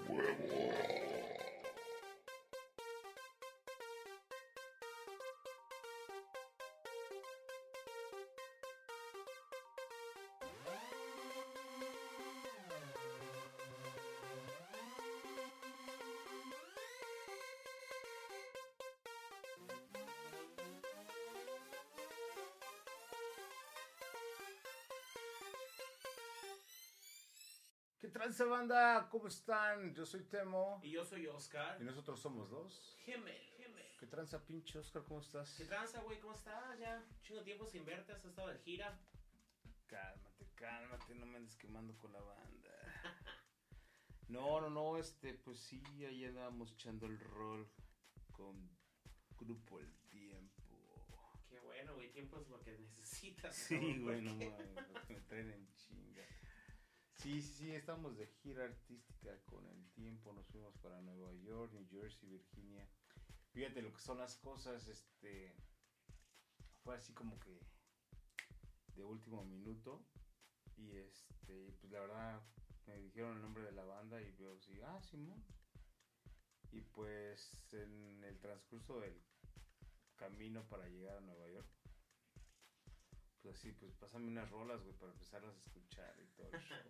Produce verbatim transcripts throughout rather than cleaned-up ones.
¿Qué tranza, banda? ¿Cómo están? Yo soy Temo. Y yo soy Oscar. Y nosotros somos dos. Gemel, Gemel. ¿Qué tranza, pinche Oscar? ¿Cómo estás? ¿Qué tranza, güey? ¿Cómo estás? Ya, chingo tiempo sin verte, has estado de gira. Cálmate, cálmate, no me andes quemando con la banda. No, no, no, este, pues sí, ahí andábamos echando el rol con Grupo El Tiempo. Qué bueno, güey, tiempo es lo que necesitas. Sí, güey, no mames, me traen en chinga. Sí, sí, sí, estamos de gira artística con El Tiempo, nos fuimos para Nueva York, New Jersey, Virginia. Fíjate lo que son las cosas, este, fue así como que de último minuto y este, pues la verdad me dijeron el nombre de la banda y yo así, ah, Simón. Y pues en el transcurso del camino para llegar a Nueva York, pues así, pues pásame unas rolas, güey, para empezarlas a escuchar y todo el show.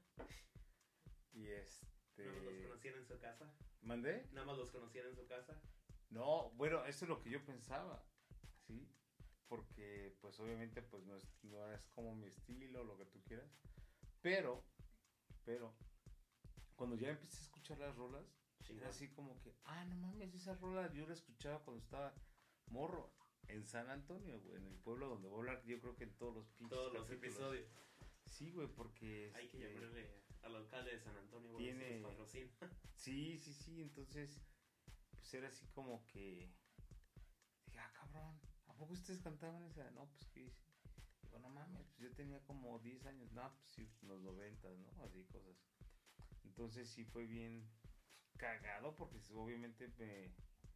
Y este... ¿No los conocían en su casa? ¿Mandé? ¿Nada más los conocían en su casa? No, bueno, eso es lo que yo pensaba, ¿sí? Porque, pues, obviamente, pues, no es, no es como mi estilo, lo que tú quieras. Pero, pero, cuando ya empecé a escuchar las rolas, Chingón. era así como que, ah, no mames, esa rola yo la escuchaba cuando estaba morro. En San Antonio, güey, en el pueblo donde voy a hablar, yo creo que en todos los pinches Todos los capítulos. episodios. Sí, güey, porque... Hay que este, llamarle al alcalde de San Antonio, güey, tiene- si nos patrocina. Sí, sí, sí, entonces, pues era así como que... Dije, ah, cabrón, ¿a poco ustedes cantaban esa? No, pues que... Digo, no mames, pues yo tenía como diez años, no, pues sí, los noventa, ¿no? Así cosas. Entonces sí fue bien cagado porque obviamente me...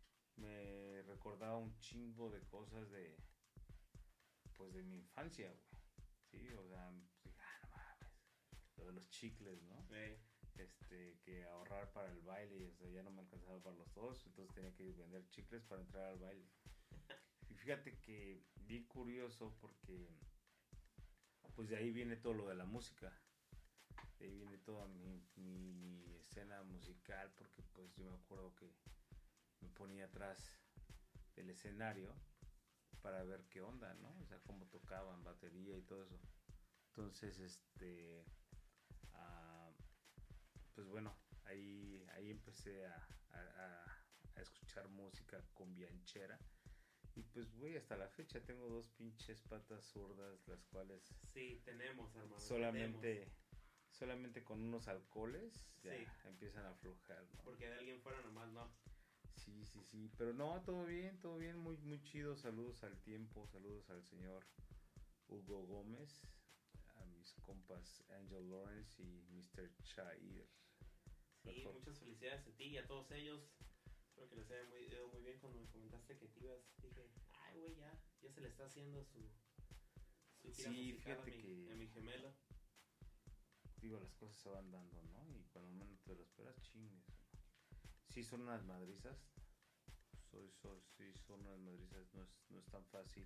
me recordaba un chingo de cosas de, pues de mi infancia, güey, sí, o sea, pues dije, ah, no mames, lo de los chicles, ¿no? Eh, Este, que ahorrar para el baile, o sea, ya no me alcanzaba para los dos, entonces tenía que vender chicles para entrar al baile. Y fíjate que bien curioso porque, pues de ahí viene todo lo de la música, de ahí viene toda mi, mi, mi escena musical, porque pues yo me acuerdo que me ponía atrás del escenario para ver qué onda, ¿no? O sea, cómo tocaban, batería y todo eso. Entonces, este, uh, pues bueno, ahí, ahí empecé a, a, a escuchar música con bianchera. Y pues, güey, hasta la fecha tengo dos pinches patas zurdas, las cuales sí, tenemos, hermano. solamente, tenemos. solamente con unos alcoholes ya Sí. empiezan a aflojar, ¿no? Porque de alguien fuera nomás, no. Sí, sí, sí, pero no, todo bien, todo bien, muy, muy chido, saludos al Tiempo, saludos al señor Hugo Gómez, a mis compas Angel Lawrence y mister Chair. Sí, Mejor. muchas felicidades a ti y a todos ellos. Espero que les haya muy, ido muy bien cuando me comentaste que te ibas. Dije, ay, güey, ya, ya se le está haciendo su, su gira Sí, musical a fíjate mi, que- a mi gemelo. Digo, las cosas se van dando, ¿no? Y cuando menos te lo esperas, chingues. Sí, son unas madrizas, soy, soy, sí, son unas madrizas, no es, no es tan fácil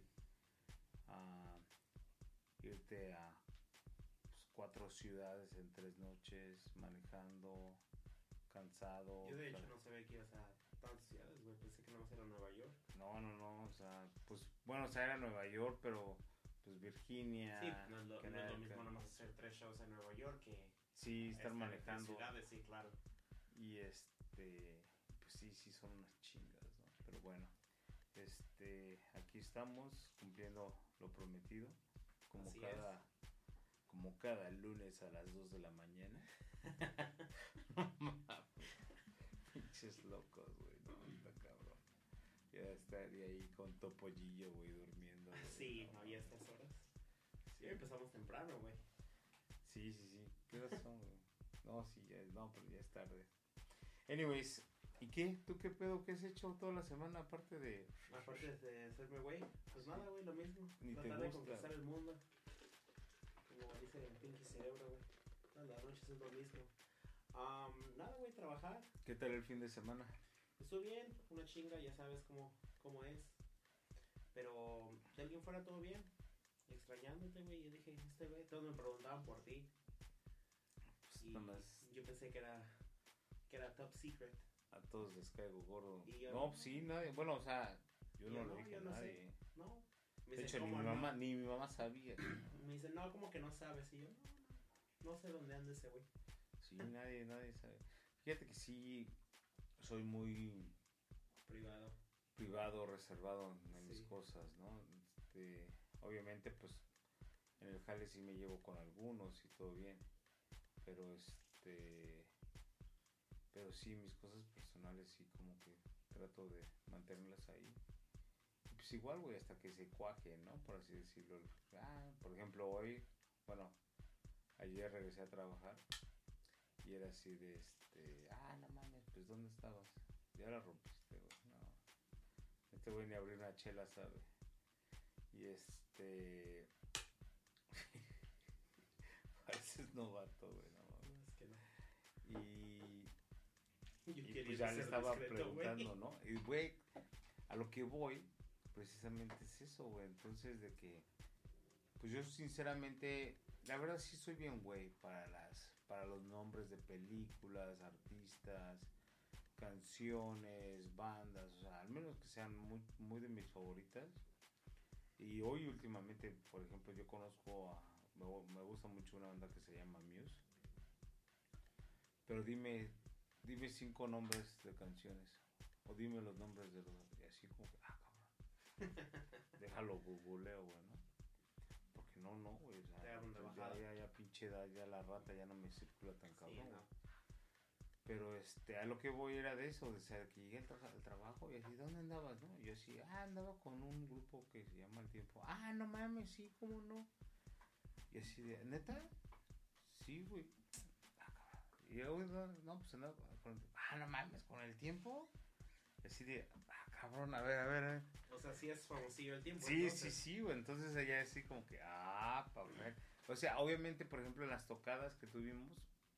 uh, irte a pues, cuatro ciudades en tres noches, manejando, cansado. Yo de hecho claro. no sabía que ibas a tantas ciudades, güey. Pensé que no vas a ir a Nueva York. No, no, no, o sea, pues, bueno, o sea, era Nueva York, pero, pues, Virginia. Sí, no es lo, no es lo Connecticut. mismo nomás hacer tres shows en Nueva York que Sí, estar estar en tres manejando. ciudades, sí, claro. Y este, pues sí, sí son unas chingas, ¿no? Pero bueno, este, aquí estamos cumpliendo lo prometido, como Así cada, como cada lunes a las dos de la mañana. Pinches locos, güey, no, está cabrón. Ya estaría ahí con Topollillo, güey, durmiendo. Güey, Sí, no, ya a estas horas. Sí, empezamos temprano, güey. Sí, sí, sí. ¿Qué horas son, güey? No, sí, ya, no, pero ya es tarde. Anyways, ¿y qué? ¿Tú qué pedo? ¿Qué has hecho toda la semana aparte de...? Aparte de hacerme güey, pues nada, güey, lo mismo. Ni te Tratar de gusta. conquistar el mundo. Como dice el pinche cerebro, güey. Todas las noches es lo mismo. Um, nada, güey, trabajar. ¿Qué tal el fin de semana? Estuvo bien, una chinga, ya sabes cómo, cómo es. Pero de alguien fuera todo bien. Extrañándote, güey. Yo dije, este güey, todos me preguntaban por ti. Pues Y nada más yo pensé que era, que era top secret. a todos les caigo gordo. Y yo No, no. pues sí, nadie. Bueno, o sea, yo, Yo no no, le dije yo a no sé. nadie. No. Me De dice, hecho, ni ¿cómo mi no? mamá, ni mi mamá sabía. Me dice, no, como que no sabes. Y yo, no, no, no sé dónde anda ese güey. Sí, nadie, nadie sabe. Fíjate que sí, soy muy Privado. privado, reservado en, en mis Sí. cosas, ¿no? Este, obviamente, pues, en el jale sí me llevo con algunos y todo bien. Pero este, pero sí, mis cosas personales sí como que trato de mantenerlas ahí. Y pues igual, güey, hasta que se cuaje, ¿no? Por así decirlo. Ah, por ejemplo, hoy, bueno, ayer regresé a trabajar y era así de este, ah, no mames, pues ¿dónde estabas? Ya la rompiste, güey. No, este güey ni abrir una chela, ¿sabe? Y este, pareces novato, güey, no mames. No, es que no. Y, Yo y quería pues ya le ser estaba discreto, güey. preguntando, ¿no? Y güey, a lo que voy, precisamente es eso, güey. Entonces, de que, pues yo sinceramente, la verdad sí soy bien, güey, para las, para los nombres de películas, artistas, canciones, bandas, o sea, al menos que sean muy, muy de mis favoritas. Y hoy últimamente, por ejemplo, yo conozco a, me, me gusta mucho una banda que se llama Muse. Pero dime, dime cinco nombres de canciones. O dime los nombres de los. Y así como que, ah, cabrón. Déjalo googleo, güey, ¿no? Porque no, no, güey. O sea, Te agarran de pues ya, bajada. ya, ya, pinche edad, ya la rata ya no me circula tan Sí, cabrón, no. güey. Pero este, a lo que voy era de eso, o sea, que llegué al, tra- al trabajo y así, ¿dónde andabas, no? Y yo así, ah, andaba con un grupo que se llama El Tiempo. Ah, no mames, sí, ¿cómo no? Y así de, ¿neta? Sí, güey. Y yo, güey, no, no, pues andaba con el tiempo. Ah, no mames, con el tiempo. Y así de, ah, cabrón, a ver, a ver, a ver. O sea, sí es famosillo el tiempo. Sí, entonces. sí, sí, güey. Entonces ella así como que, ah, pa' ver. O sea, obviamente, por ejemplo, en las tocadas que tuvimos,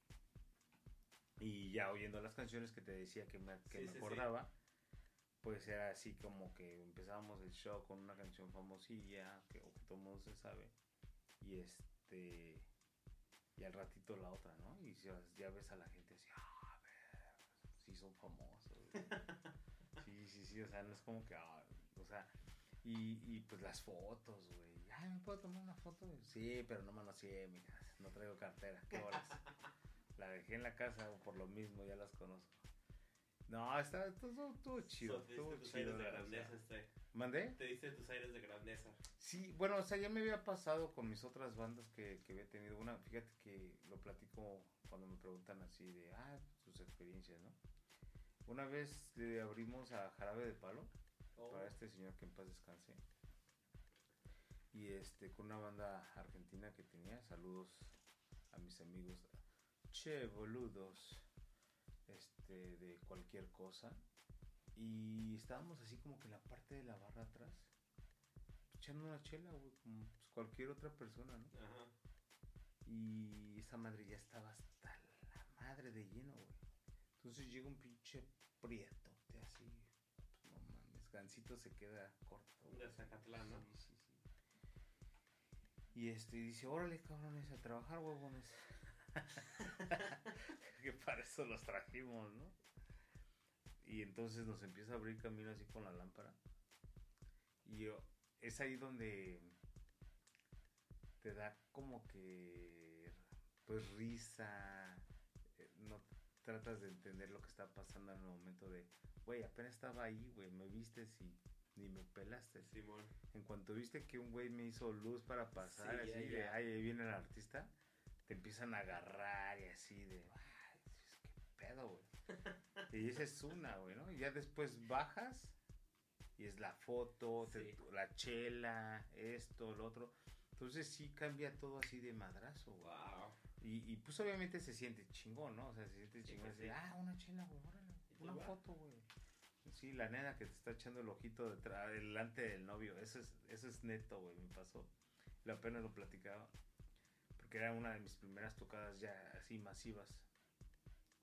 y ya oyendo las canciones que te decía que me, que Sí, me sí, acordaba, pues era así como que empezábamos el show con una canción famosilla, que, o que todo el mundo se sabe, y este, y al ratito la otra, ¿no? Y ya, ya ves a la gente así, ah, a ver, sí son famosos, güey. Sí, sí, sí, o sea, no es como que, ah, o sea, y, y pues las fotos, güey. Ay, ¿me puedo tomar una foto? Sí, pero no manoseé, mija, no traigo cartera, qué bolas. La dejé en la casa por lo mismo, ya las conozco. No, está todo, todo chido, So, te todo diste tus chido. aires de o sea. grandeza, este. ¿Mandé? Te diste tus aires de grandeza. Sí, bueno, o sea, ya me había pasado con mis otras bandas que, que había tenido. Una, fíjate que lo platico cuando me preguntan así de, ah, sus experiencias, ¿no? Una vez le abrimos a Jarabe de Palo, Oh. para este señor que en paz descanse. Y este, con una banda argentina que tenía, saludos a mis amigos, che, boludos, este, de cualquier cosa. Y estábamos así como que en la parte de la barra atrás, echando una chela, güey, como pues, cualquier otra persona, ¿no? Ajá. Y esa madre ya estaba hasta la madre de lleno, güey. Entonces llega un pinche prietote así, pues, no mames, Gancito se queda corto. Güey. De Zacatlán, ¿no? Sí, sí, sí. Y este, y dice, órale, cabrones, a trabajar, huevones. Que para eso los trajimos, ¿no? Y entonces nos empieza a abrir camino así con la lámpara. Y yo, es ahí donde te da como que, pues, risa. eh, No tratas de entender lo que está pasando en el momento de, güey, apenas estaba ahí, güey, me vistes y ni me pelaste. Simón. En cuanto viste que un güey me hizo luz para pasar, Sí, así ya, de, ya. ay, ahí viene el artista, te empiezan a agarrar y así de, ay, qué pedo, güey. Y esa es una, güey, ¿no? Y ya después bajas y es la foto, te- Sí. la chela, esto, lo otro. Entonces sí cambia todo así de madrazo, güey. Wow. Y, y pues obviamente se siente chingón, ¿no? O sea, se siente Sí, chingón. pues así, sí. ah, una chela, güey, órale, ¿Y tú, una va? foto, güey. Sí, la nena que te está echando el ojito detrás, delante del novio. Eso es, eso es neto, güey, me pasó. La pena lo platicaba. Porque era una de mis primeras tocadas ya así masivas.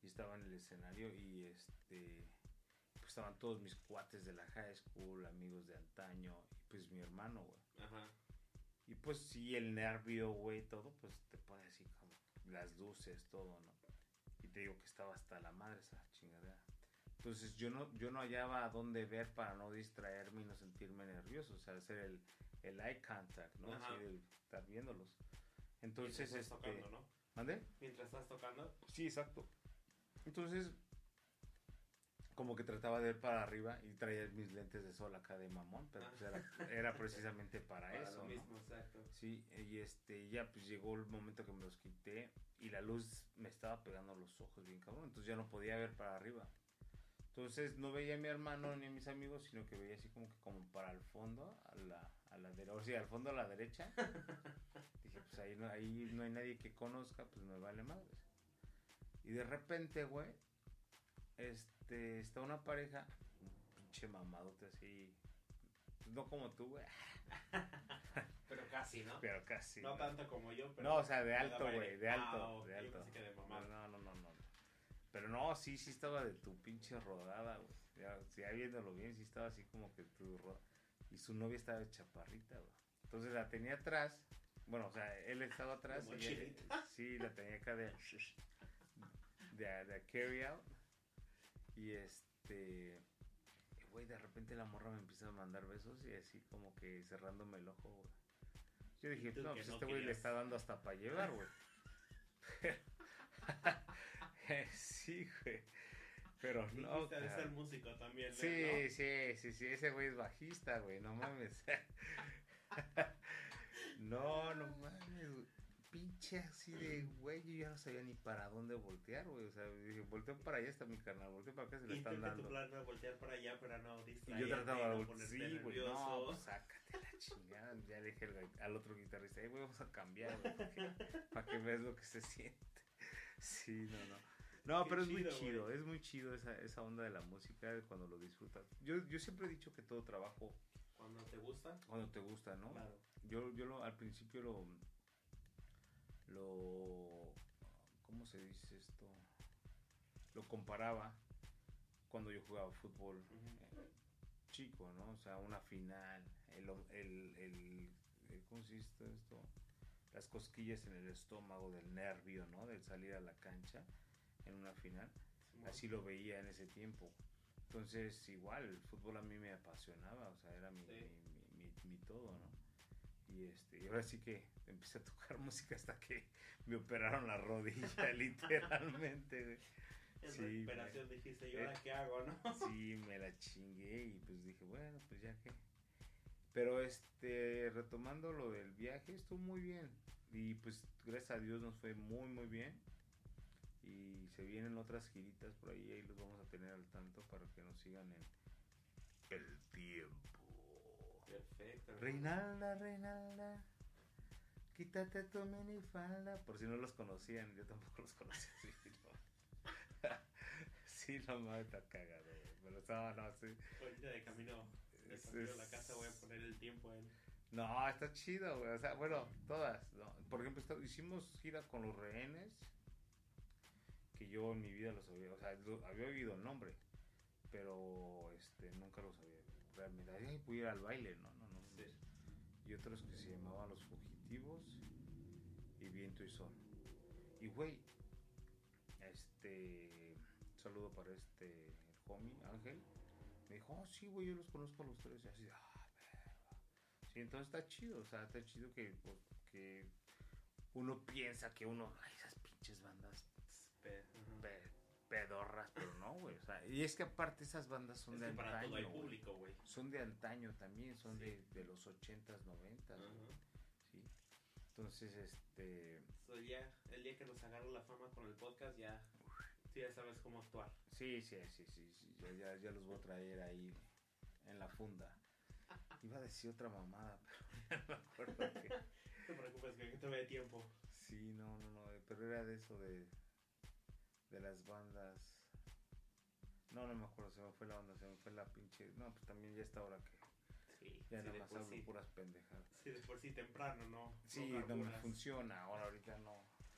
y estaba en el escenario y este pues estaban todos mis cuates de la high school, amigos de antaño y pues mi hermano, güey. Ajá. Y pues sí, el nervio, güey, todo, pues te pone así como las luces, todo, ¿no? Y te digo que estaba hasta la madre esa chingadera. Entonces yo no yo no hallaba a dónde ver para no distraerme y no sentirme nervioso, o sea, hacer el, el eye contact, ¿no? Ajá. Así de estar viéndolos. Entonces, Mientras estás este... tocando, ¿no? ¿Mande? Mientras estás tocando. Sí, exacto. Entonces, como que trataba de ver para arriba y traía mis lentes de sol acá de mamón, pero pues era, era precisamente para, Para eso, lo ¿no? mismo, exacto. Sí, y este, ya pues llegó el momento que me los quité y la luz me estaba pegando a los ojos bien cabrón, entonces ya no podía ver para arriba. Entonces no veía a mi hermano ni a mis amigos, sino que veía así como que como para el fondo, a la, a la derecha, o sea, al fondo a la derecha. Dije, pues ahí no, ahí no hay nadie que conozca, pues me vale madres. Y de repente, güey, este, está una pareja, un pinche mamadote así, no como tú, güey. Pero casi, ¿no? Pero casi. No, no tanto como yo, pero... No, o sea, de alto, güey, de alto, ah, oh, de alto. Yo pensé que de mamá. No, no, no, no. Pero no, sí, sí estaba de tu pinche rodada, güey. Ya, ya viéndolo bien, sí estaba así como que tu rodada. Y su novia estaba de chaparrita, güey. Entonces la tenía atrás. Bueno, o sea, él estaba atrás. Y ella, sí, la tenía acá de... De, de carry out. Y este... Güey, de repente la morra me empieza a mandar besos y así como que cerrándome el ojo, güey. Yo dije, no, pues no este güey le está dando hasta para llevar, güey. Sí, güey. Pero y no. De ser músico también, ¿no? Sí, sí, sí, sí. Ese güey es bajista, güey. No mames. No, no mames, güey. Pinche así de, güey, yo ya no sabía ni para dónde voltear, güey. O sea, dije, volteo para allá está mi carnal, volteo para acá se le están dando. Tu plan era voltear para allá, pero no distraerte. Y yo trataba de no voltear, sí, güey, no, pues sácate la chingada. Ya le dije al, al otro guitarrista, hey, güey, vamos a cambiar, güey, para que veas lo que se siente. Sí, no, no. No, Qué pero es chido, muy chido, wey. Es muy chido esa, esa onda de la música cuando lo disfrutas. Yo, yo siempre he dicho que todo trabajo... Cuando te gusta. Cuando te gusta, ¿no? Claro. Yo, yo lo, al principio lo... Lo... ¿Cómo se dice esto? Lo comparaba cuando yo jugaba fútbol uh-huh. eh, chico, ¿no? O sea, una final, el, el, el, el... ¿Cómo se dice esto? Las cosquillas en el estómago del nervio, ¿no? Del salir a la cancha en una final. Sí, así lo veía en ese tiempo. Entonces, igual, el fútbol a mí me apasionaba, o sea, era mi, sí. mi, mi, mi, mi todo, ¿no? Y, este, y ahora sí que empecé a tocar música hasta que me operaron la rodilla, literalmente, güey. En sí, recuperación me, dijiste, ¿y ahora eh, qué hago, no? Sí, me la chingué y pues dije, bueno, pues ya que... Pero este, retomando lo del viaje, estuvo muy bien. Y pues gracias a Dios nos fue muy muy bien. Y se vienen otras giritas por ahí, ahí los vamos a tener al tanto para que nos sigan en el tiempo. Perfecto. Reinalda, Reinalda, quítate tu minifalda. Por si no los conocían, yo tampoco los conocía. Sí, no, sí, no me está cagado, pero estaba, no, sí. Ahorita de camino. De camino a la casa voy a poner el tiempo en... No, está chido, güey. O sea, bueno, todas, ¿no? Por ejemplo, está, hicimos gira con Los Rehenes, que yo en mi vida los había, o sea, lo, había oído el nombre, pero este, nunca los había realmente. Ay, voy a ir al baile, no, no, no. Sí. Y otros que se llamaban Los Fugitivos y Viento y Sol. Y güey, este, un saludo para este, el homie, Ángel. Me dijo, oh, sí, güey, yo los conozco a los tres. Y así, ah, verga. Sí, entonces está chido, o sea, está chido que, pues, que uno piensa que uno, ay, esas pinches bandas pe, uh-huh. pe, pedorras, pero no, güey, o sea, y es que aparte esas bandas son es de para antaño. Todo hay público, güey. Son de antaño también, son sí. de, de los ochentas, noventas, uh-huh. sí. Entonces, este... So, ya, el día que nos agarró la fama con el podcast, ya... Sí, ya sabes cómo actuar. Sí, sí, sí, sí, sí. Ya, ya, ya los voy a traer ahí en la funda. Iba a decir otra mamada, pero no me acuerdo que... No te preocupes, que te ve tiempo. Sí, no, no, no, pero era de eso de... De las bandas... No, no me acuerdo, se me fue la onda, se me fue la pinche... No, pues también ya está ahora que... Sí, ya sí, nada más hablo sí. puras pendejadas. Sí, de por sí temprano, ¿no? Sí, no, no me funciona, ahora ahorita no...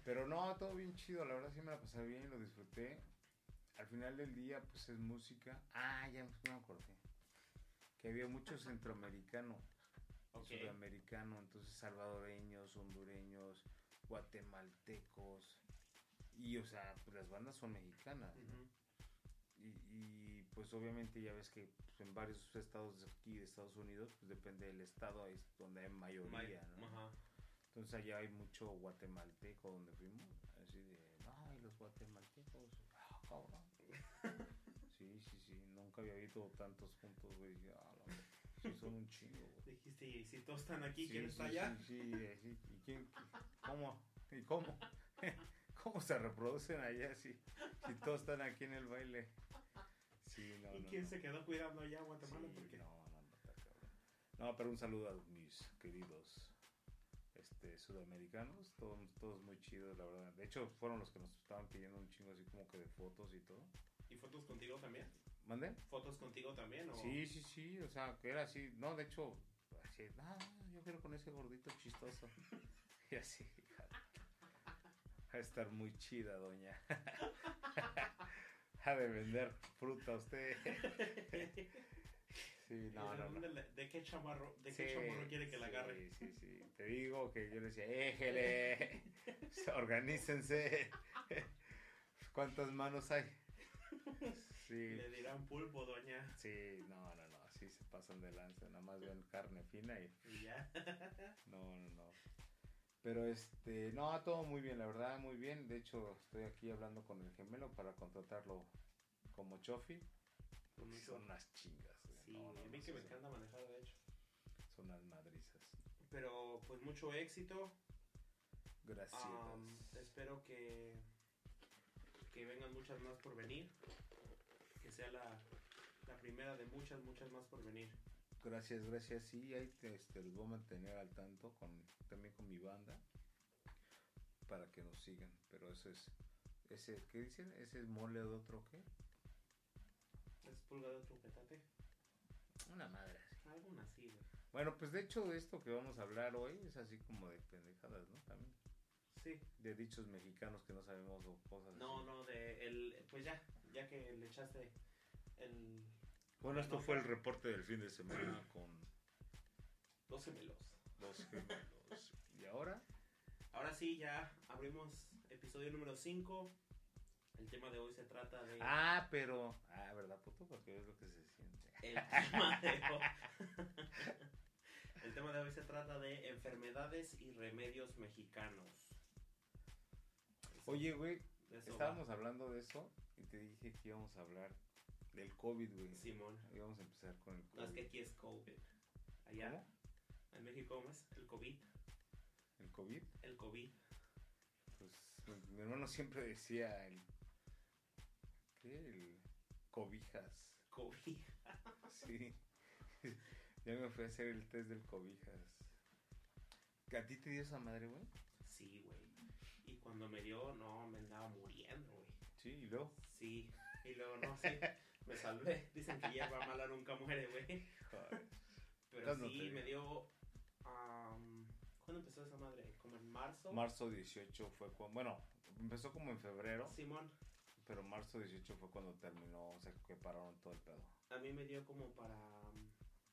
Pero no, todo bien chido, la verdad sí me la pasé bien, lo disfruté. Al final del día, pues es música. Ah, ya me acordé. Que había mucho centroamericano y Okay. sudamericano, entonces salvadoreños, hondureños, guatemaltecos. Y, o sea, pues las bandas son mexicanas, ¿no? Uh-huh. Y, y pues obviamente ya ves que pues, en varios estados de aquí de Estados Unidos, pues depende del estado, ahí es donde hay mayoría, My, ¿no? uh-huh. Entonces allá hay mucho guatemalteco donde fuimos, así de, no, y los guatemaltecos, ah, cabrón. Sí, sí, sí, nunca había visto tantos juntos, güey. Ah, la verdad, sí, son un chingo, güey. Dijiste, y si todos están aquí, Sí, ¿quién sí, está allá? sí, sí, eh, sí, ¿y quién, cómo, y cómo, cómo se reproducen allá si, si todos están aquí en el baile? Sí, no, ¿Y no, quién no. se quedó cuidando allá a Guatemala? Sí, ¿Por qué? no, no, no, está cabrón. No, pero un saludo a mis queridos este, sudamericanos, todos, todos muy chidos, la verdad. De hecho, fueron los que nos estaban pidiendo un chingo así como que de fotos y todo. ¿Y fotos contigo también? ¿Mande? ¿Fotos contigo también? O... Sí, sí, sí, o sea, que era así, no, de hecho, así, ah, yo quiero con ese gordito chistoso. Y así, hija, va a estar muy chida, doña. Ha de vender fruta usted. Sí, no, ¿De, no, dónde no. le- ¿De qué chamarro, de Sí, qué chamarro quiere que la sí, agarre? sí, sí. Te digo que yo le decía, éjele, organícense. ¿Cuántas manos hay? Sí, Le dirán pulpo, doña. sí, no, no, no, sí se pasan de lanza, nada más ven carne fina y Y ya. no, no, no. Pero este, no, todo muy bien, la verdad, muy bien. De hecho, estoy aquí hablando con el gemelo para contratarlo como chofi. Con Porque mucho- son unas chingas, güey. Sí, No, no, a mí no, que sí me son- encanta manejar, de hecho. Son unas madrizas. Pero pues mucho éxito. Gracias. Um, espero que, que vengan muchas más por venir. Que sea la, la primera de muchas, muchas más por venir. Gracias, gracias. Sí, ahí te, este, los voy a mantener al tanto con, también con mi banda para que nos sigan. Pero eso es, ese, ¿qué dicen? ¿Ese es mole de otro qué? ¿Es pulga de otro petate? Una madre así. Alguna así, güey. Bueno, pues de hecho esto que vamos a hablar hoy es así como de pendejadas, ¿no? También. Sí. De dichos mexicanos que no sabemos o cosas No, así. no, de el, pues ya, ya que le echaste el Bueno, esto no, fue el pero- reporte del fin de semana con dos gemelos. dos gemelos. Y ahora, Ahora sí, ya abrimos episodio número cinco. El tema de hoy se trata de... ah, pero, ah, ¿verdad, puto? Porque es lo que se siente. El tema de hoy... El tema de hoy se trata de enfermedades y remedios mexicanos. Eso- Oye, güey, de eso estábamos hablando de eso y te dije que íbamos a hablar del COVID, güey. va. Simón. Íbamos a empezar con el No, es que COVID. aquí es COVID. Allá, ¿Cómo? en México, ¿cómo es? El COVID. ¿El COVID? El COVID. Pues mi, mi hermano siempre decía el... ¿Qué? El cobijas. COVID. Sí. Ya me fui a hacer el test del cobijas. ¿A ti te dio esa madre, güey? Sí, güey. Y cuando me dio, no, me andaba muriendo, güey. Sí, y luego. Sí. Y luego, no, sí, me salvé. Dicen que hierba mala nunca muere, güey. Joder. Pero No te sí, digo. me dio... Um, ¿Cuándo empezó esa madre? ¿Como en marzo? Marzo dieciocho fue cuando... Bueno, empezó como en febrero, Simón, pero marzo dieciocho fue cuando terminó, o sea, que pararon todo el pedo. a mí me dio como para... um,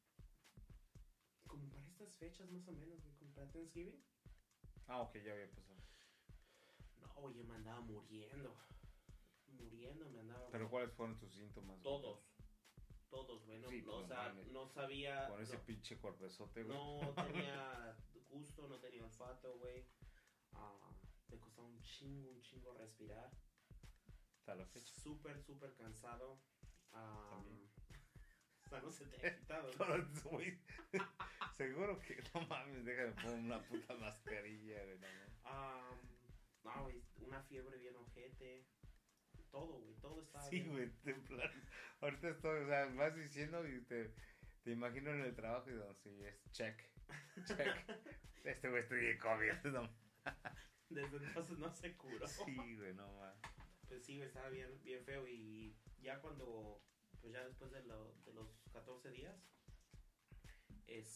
como para estas fechas más o menos, güey, como para Thanksgiving. Ah, ok, ya había pasado. No, oye, me andaba muriendo. Muriendo me andaba. ¿Pero cuáles fueron tus síntomas? güey? Todos. Todos, güey. No, Sí, no, pues, o sea, mames. no sabía. Con ese no, pinche cuerpezote, güey. no tenía gusto, no tenía olfato, güey. Ah, me costaba un chingo, un chingo respirar. Hasta la fecha. Súper, súper cansado. Ah, También. o sea, no se te ha quitado. ¿no? Todo eso, güey. Seguro que no mames, déjame poner una puta mascarilla, güey. No, mames. Ah, no, güey, una fiebre bien ojete. Todo, güey, todo estaba Sí, bien. güey, en plan, ahorita estoy, o sea, vas diciendo y te, te imagino en el trabajo y digo, sí, es check, check. Este güey estoy de COVID, no. Desde entonces no se curó. Sí, güey, no mames. Pues sí, güey, estaba bien, bien feo. Y ya cuando, pues ya después de, lo, de los catorce días,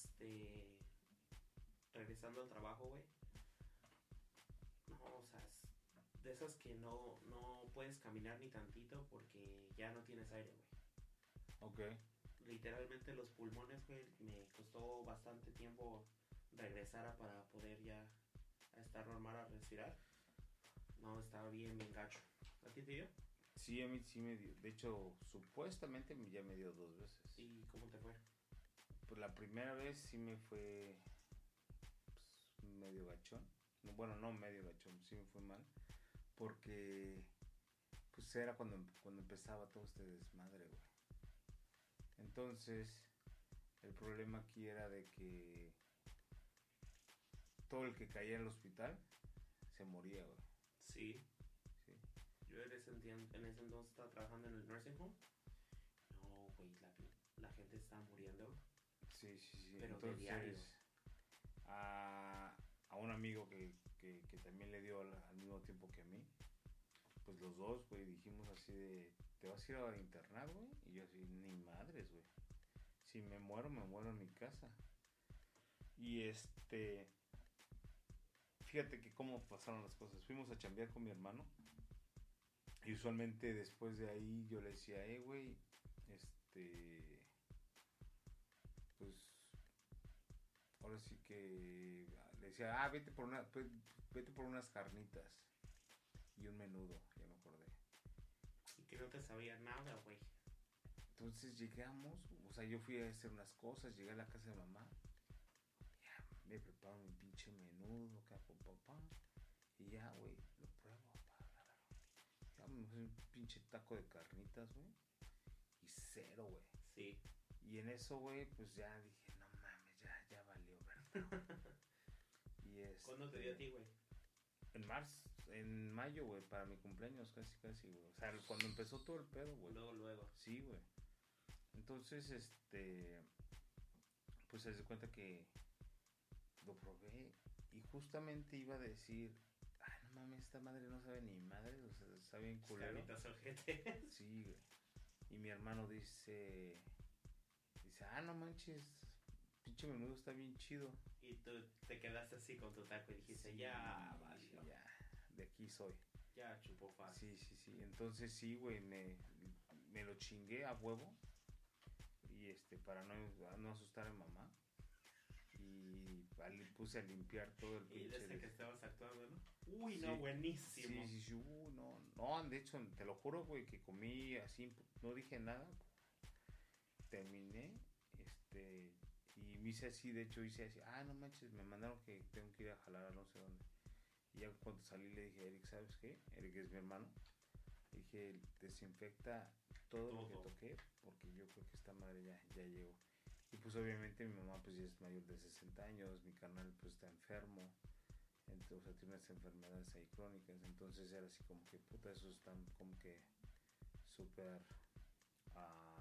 este, regresando al trabajo, güey. No, o sea, de esas que no, no puedes caminar ni tantito porque ya no tienes aire, güey. Ok. Literalmente los pulmones, güey, me costó bastante tiempo regresar a para poder ya a estar normal a respirar. No, estaba bien, bien gacho. ¿A ti te dio? Sí, a mí sí me dio. De hecho, supuestamente me- ya me dio dos veces. ¿Y cómo te fue? Pues la primera vez sí me fue pues, medio gachón. No, bueno, no medio gachón, sí me fue mal. Porque pues era cuando, cuando empezaba todo este desmadre, güey. Entonces, el problema aquí era de que todo el que caía en el hospital se moría, güey. Sí. Sí, Yo en ese, entien- en ese entonces estaba trabajando en el nursing home. No, güey, la, la gente está muriendo. sí, sí. sí. Pero de diario. Entonces, a, a un amigo que, que, que también le dio al, al mismo tiempo que a mí, pues los dos, güey, dijimos así de, ¿te vas a ir a internar, güey? Y yo así, ni madres, güey. Si me muero, me muero en mi casa. Y este, fíjate que cómo pasaron las cosas. Fuimos a chambear con mi hermano. Y usualmente después de ahí yo le decía, eh, güey, este, pues, ahora sí que le decía, ah, vete por una, vete por unas carnitas y un menudo, ya me acordé. Y que no te sabía nada, güey. Entonces llegamos, o sea, yo fui a hacer unas cosas, llegué a la casa de mamá, ya me preparo mi pinche menudo, acá con papá, y ya, güey, lo pruebo, ya me hice un pinche taco de carnitas, güey, y cero, güey. Sí. Y en eso, güey, pues ya dije, no mames, ya, ya valió, ¿verdad? Y este, ¿Cuándo te dio a ti, güey? En marzo, en mayo, güey, para mi cumpleaños, casi, casi, güey. O sea, cuando empezó todo el pedo, güey. Luego, luego. Sí, güey. Entonces, este, pues se hace cuenta que lo probé y justamente iba a decir, ay, no mames, esta madre no sabe ni madre, o sea, está bien culero. Carnitas ojete. Sí, güey. Y mi hermano dice, dice, ah, no manches, pinche menudo está bien chido. Y tú te quedaste así con tu taco y dijiste, Sí, ya, valió. Ya, de aquí soy. Ya chupó fácil. Sí, sí, sí. Entonces sí, güey, me, me lo chingué a huevo. Y este, para no, no asustar a mamá. Y al- puse a limpiar todo el Y pinche. desde que estabas actuando, ¿no? Uy, Sí. no, buenísimo. Sí, sí, sí, uh, no, no, de hecho, te lo juro, güey, que comí así, no dije nada. Terminé, este, y me hice así, de hecho hice así, ah, no manches, me mandaron que tengo que ir a jalar a no sé dónde. Y ya cuando salí le dije a Eric, ¿sabes qué? Eric es mi hermano. Le dije, desinfecta todo, todo lo que toqué, porque yo creo que esta madre ya, ya llegó. Y pues obviamente mi mamá pues ya es mayor de sesenta años, mi carnal pues está enfermo, entonces, o sea, tiene unas enfermedades ahí crónicas, entonces era así como que, puta, esos están como que súper, uh,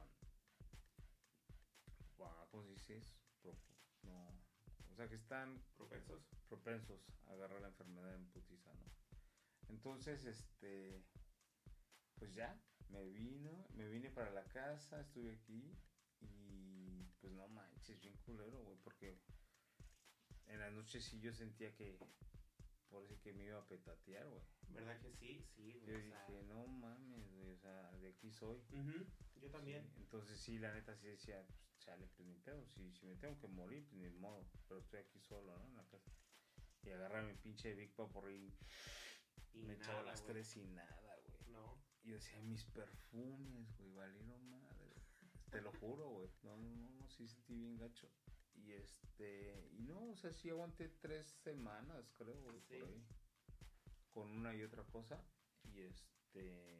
uh, ¿cómo se dice? Pro, no, o sea que están propensos propensos a agarrar la enfermedad en putiza, ¿no? Entonces, este, pues ya, me vino, me vine para la casa, estuve aquí y pues no manches, bien culero, güey, porque en la noche sí yo sentía que, por eso que me iba a petatear, güey. ¿Verdad que sí? Sí, güey. Yo o dije, sea... no mames, güey, o sea, de aquí soy. Uh-huh, yo también. Sí, entonces sí, la neta sí decía, pues chale, pues ni pedo, si, si me tengo que morir, pues ni modo, pero estoy aquí solo, ¿no? En la casa. Y agarraba mi pinche Big Papo y, y me echaba las wey. tres y nada, güey. No. Y decía, mis perfumes, güey, valieron madre. Te lo juro, güey. No, no, no, sí sentí bien gacho. Y este, y no, o sea, sí aguanté tres semanas, creo, güey, sí. Por ahí. Con una y otra cosa. Y este,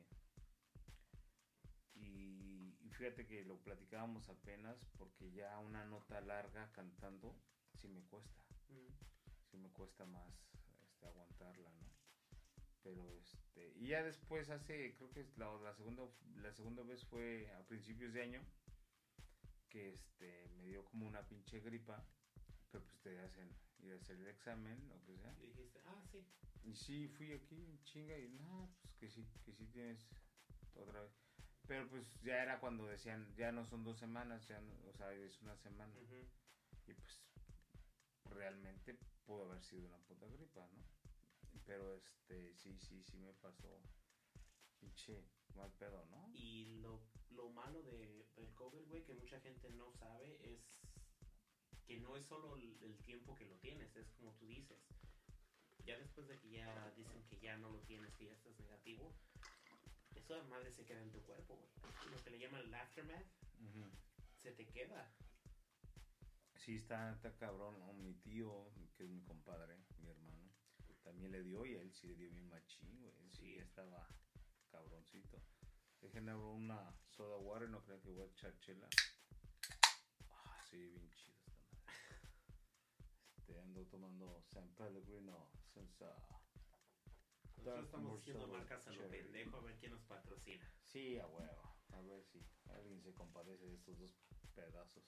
y, y fíjate que lo platicábamos apenas porque ya una nota larga cantando, sí me cuesta. Mm. Sí me cuesta más este, aguantarla, ¿no? Pero este, y ya después hace, creo que la, la segunda la segunda vez fue a principios de año que este me dio como una pinche gripa, pero pues te hacen ir a hacer el examen, lo que sea. Y dijiste, ah, sí. Y sí, fui aquí, chinga, y no, pues que sí, que sí tienes otra vez. Pero pues ya era cuando decían, ya no son dos semanas, ya no, o sea, es una semana. Uh-huh. Y pues realmente pudo haber sido una puta gripa, ¿no? Pero este, sí, sí, sí me pasó. Pinche mal pedo, ¿no? Y lo, lo malo de, del cover, güey, que mucha gente no sabe, es que no es solo el, el tiempo que lo tienes, es como tú dices. Ya después de que ya dicen que ya no lo tienes, que ya estás negativo, esa madre se queda en tu cuerpo, güey. Lo que le llaman el aftermath, Uh-huh. se te queda. Sí, está, está cabrón, ¿no? Mi tío, que es mi compadre, mi hermano, también le dio y a él sí le dio bien machín, güey. Sí, Sí. estaba cabroncito. Dejen abrir una soda water, no creo que voy a echar chela. Ah, sí, bien chido esta madre. Este, ando tomando San Pellegrino, Senza. Nosotros estamos haciendo Sour marcas a lo Cherry. pendejo, a ver quién nos patrocina. Sí, a huevo. A ver si alguien se compadece de estos dos pedazos.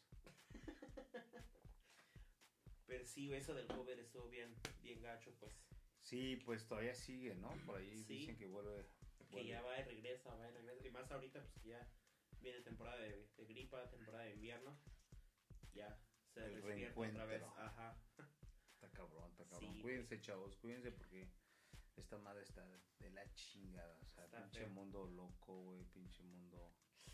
Pero sí, eso del cover estuvo bien, bien gacho, pues. Sí, pues todavía sigue, ¿no? Por ahí Sí. dicen que vuelve. Que vuelve. ya va y regresa, va y regresa. Y más ahorita, pues que ya viene temporada de, de gripa, temporada de invierno. Ya se El despierta otra vez. reencuentro. Ajá. Está cabrón, está cabrón. Sí, Cuídense, chavos, cuídense porque esta madre está de la chingada. O sea, Está pinche feo. mundo loco, güey, pinche mundo.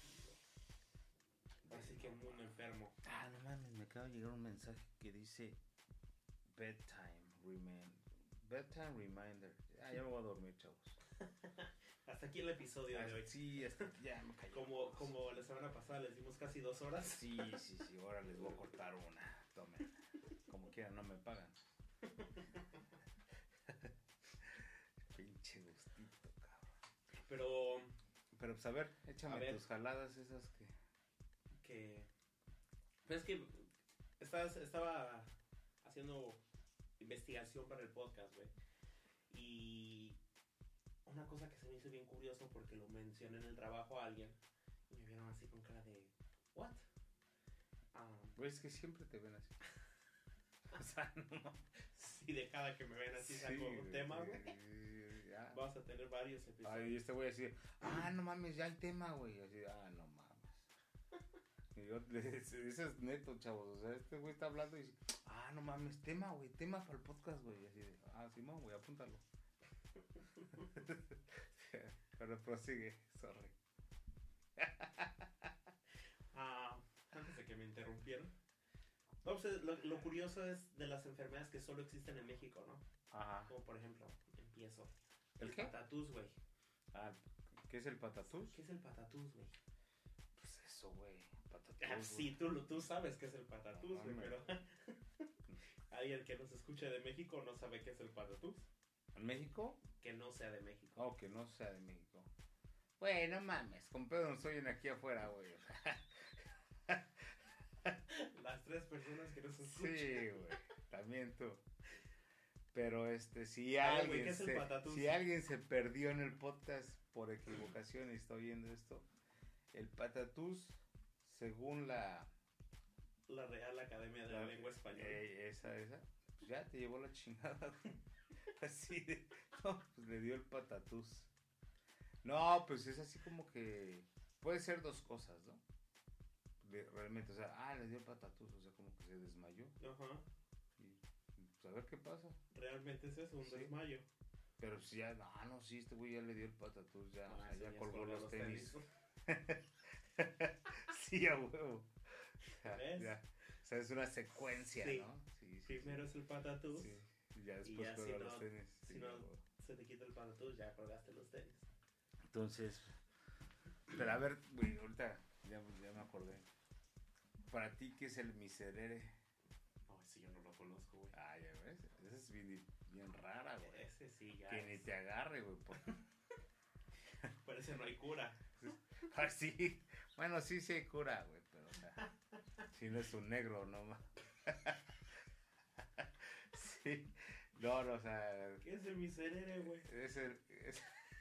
de- Así que no mundo mames. enfermo. Ah, no mames, me acaba de llegar un mensaje que dice bedtime reminder. Bedtime reminder. Ah, ya me voy a dormir, chavos. Hasta aquí el episodio Ah, de hoy. sí, hasta aquí ya me cayó. Como, como la semana pasada les dimos casi dos horas. Sí, sí, sí, ahora les voy a cortar una. Tomen. Como quieran, no me pagan. Pinche gustito, cabrón. Pero Pero pues a ver, échame A ver. tus jaladas esas que. que... Pues es que estás, estaba haciendo investigación para el podcast, güey. Y una cosa que se me hizo bien curioso porque lo mencioné en el trabajo a alguien y me vieron así con cara de ¿what? Um, Güey, es que siempre te ven así. O sea, no. sí, de cada que me ven así saco un güey, tema, sí, güey. ya. Vamos a tener varios episodios. Ay, este güey así, ah, no mames, ya hay tema, güey. Así, ah, no mames. Y yo, eso es neto, chavos. O sea, este güey está hablando y dice, ah, no mames, tema, güey, tema para el podcast, güey. Y así de, ah, Simón, güey, apúntalo. Pero prosigue, sorry. Ah, antes de que me interrumpieron. No, pues lo, lo curioso es de las enfermedades que solo existen en México, ¿no? Ajá. Como por ejemplo, empiezo. ¿El qué? Patatús, güey. Ah, ¿qué es el patatús? ¿Qué es el patatús, güey? Pues eso, güey, patatús. Ah, güey. sí, tú, lo- tú sabes qué es el patatús, No, güey, hombre. pero alguien que nos escuche de México no sabe qué es el patatús. ¿En México? Que no sea de México. Oh, que no sea de México. Güey, no mames, con pedo nos oyen aquí afuera, güey. O sea, Las tres personas que nos sí, escuchan. güey, también tú. Pero este, si A ver, alguien, güey, ¿qué es el se, patatús? si alguien se perdió en el podcast por equivocación y está oyendo esto, el patatús, según la... La Real Academia de la, la- Lengua Española. eh, esa, esa, pues ya te llevó la chingada, güey. Así de, no, pues le dio el patatús. No, pues es así como que puede ser dos cosas, ¿no? De- realmente, o sea, ah, le dio el patatús, o sea, como que se desmayó. Ajá. Y pues a ver qué pasa. Realmente es eso, un Sí. desmayo. Pero si ya, no, no, sí, este güey ya le dio el patatús, ya, o Ah, sea, eso ya es colgó colgar los tenis. tenis. Sí, a huevo. O sea, ¿Ves? ya, o sea, es una secuencia, Sí. ¿no? Sí, sí, Primero sí. es el patatús. Sí, y ya Y después ya cuelga si los no- tenis. si Sí, no- a huevo. Se te quita el patatús, ya colgaste los tenis. Entonces, pero a ver, güey, ahorita ya, ya me acordé. Para ti, ¿qué es el miserere? No, ese yo no lo conozco, güey. Ah, ya ves, esa es bien, bien rara, güey. Ese sí, ya. Que es- ni te agarre, güey. Porque... Parece no hay cura. Ah, sí, bueno, sí, sí hay cura, güey, pero, o sea, si no es un negro, no más. Sí, no, no, o sea, ¿Qué es el miserere, güey? es el... Es...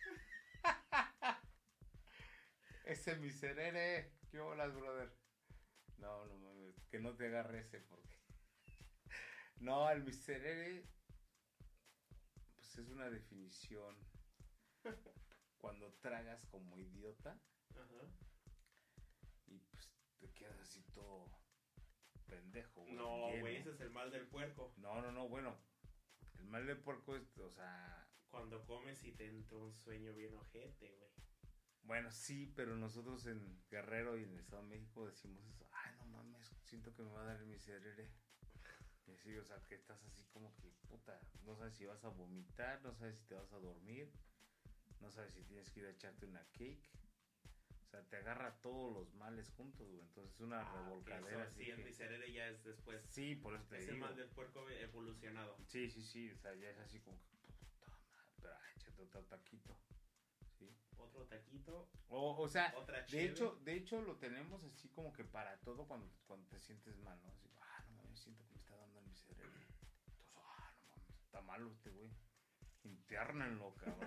Ese miserere, ¿qué bolas, brother? No, no mames, que no te agarre ese, porque... No, el miserere, pues es una definición cuando tragas como idiota Ajá. y pues te quedas así todo pendejo, güey. No, lleno. güey, ese es el mal del puerco. No, no, no, bueno, el mal del puerco es, o sea, Cuando comes y te entra un sueño bien ojete, güey. Bueno, sí, pero nosotros en Guerrero y en el Estado de México decimos eso. Ay, no mames, siento que me va a dar el miserere. Y así, o sea, que estás así como que, puta, no sabes si vas a vomitar, no sabes si te vas a dormir, no sabes si tienes que ir a echarte una cake. O sea, te agarra todos los males juntos, güey. Entonces es una Ah, revolcadera. ok, so, sí, el que... miserere ya es después. Sí, por eso te Es digo. el mal del puerco evolucionado. Sí, sí, sí, o sea, ya es así como que, puta madre, pero ay, échate otro taquito. ¿Sí? Otro taquito. O, o sea, otra de cheve. hecho, de hecho lo tenemos así como que para todo cuando, cuando te sientes mal, ¿no? Así, ah, no mames, siento que me está dando el miserere. Entonces, ah, no mames, está malo este güey. Internanlo, cabrón.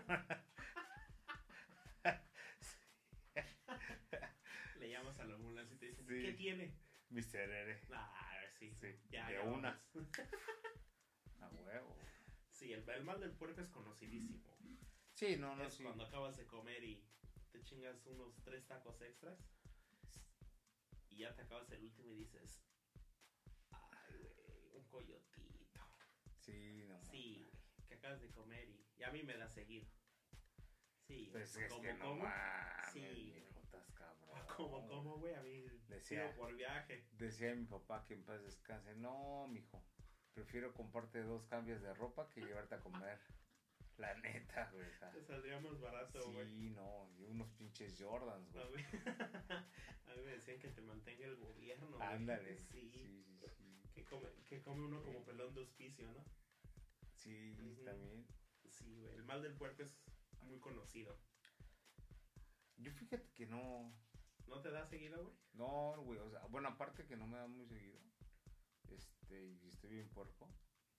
Le llamas a la ambulancia y te dicen, Sí. ¿qué tiene? Miserere. Ah, sí. Sí, Ya, de ya una. vamos. A huevo. Sí, el, el mal del puerco es conocidísimo. Sí, no, no, es sí. cuando acabas de comer y te chingas unos tres tacos extras y ya te acabas el último y dices, ay, güey, un coyotito. Sí, no. Sí, güey, que acabas de comer y, y a mí me da seguir. Sí, Pues es como que no como, mames, sí, mijo, estás cabrón. como como, güey, a mí Decía- pido por viaje. Decía mi papá que en paz descanse. No, mijo, prefiero comprarte dos cambios de ropa que llevarte a comer. La neta, güey. O sea, Te saldría más barato, güey. sí, no, y unos pinches Jordans, A güey. mí, a mí me decían que te mantenga el gobierno, güey. Ándale. Sí. Sí, sí, sí. Que come, que come uno como pelón de hospicio, ¿no? Sí, Ujú. también. Sí, güey. El mal del puerco es muy conocido. Yo fíjate que no, ¿No te da seguido, güey? no, güey, o sea, bueno, aparte que no me da muy seguido, este, y estoy bien puerco,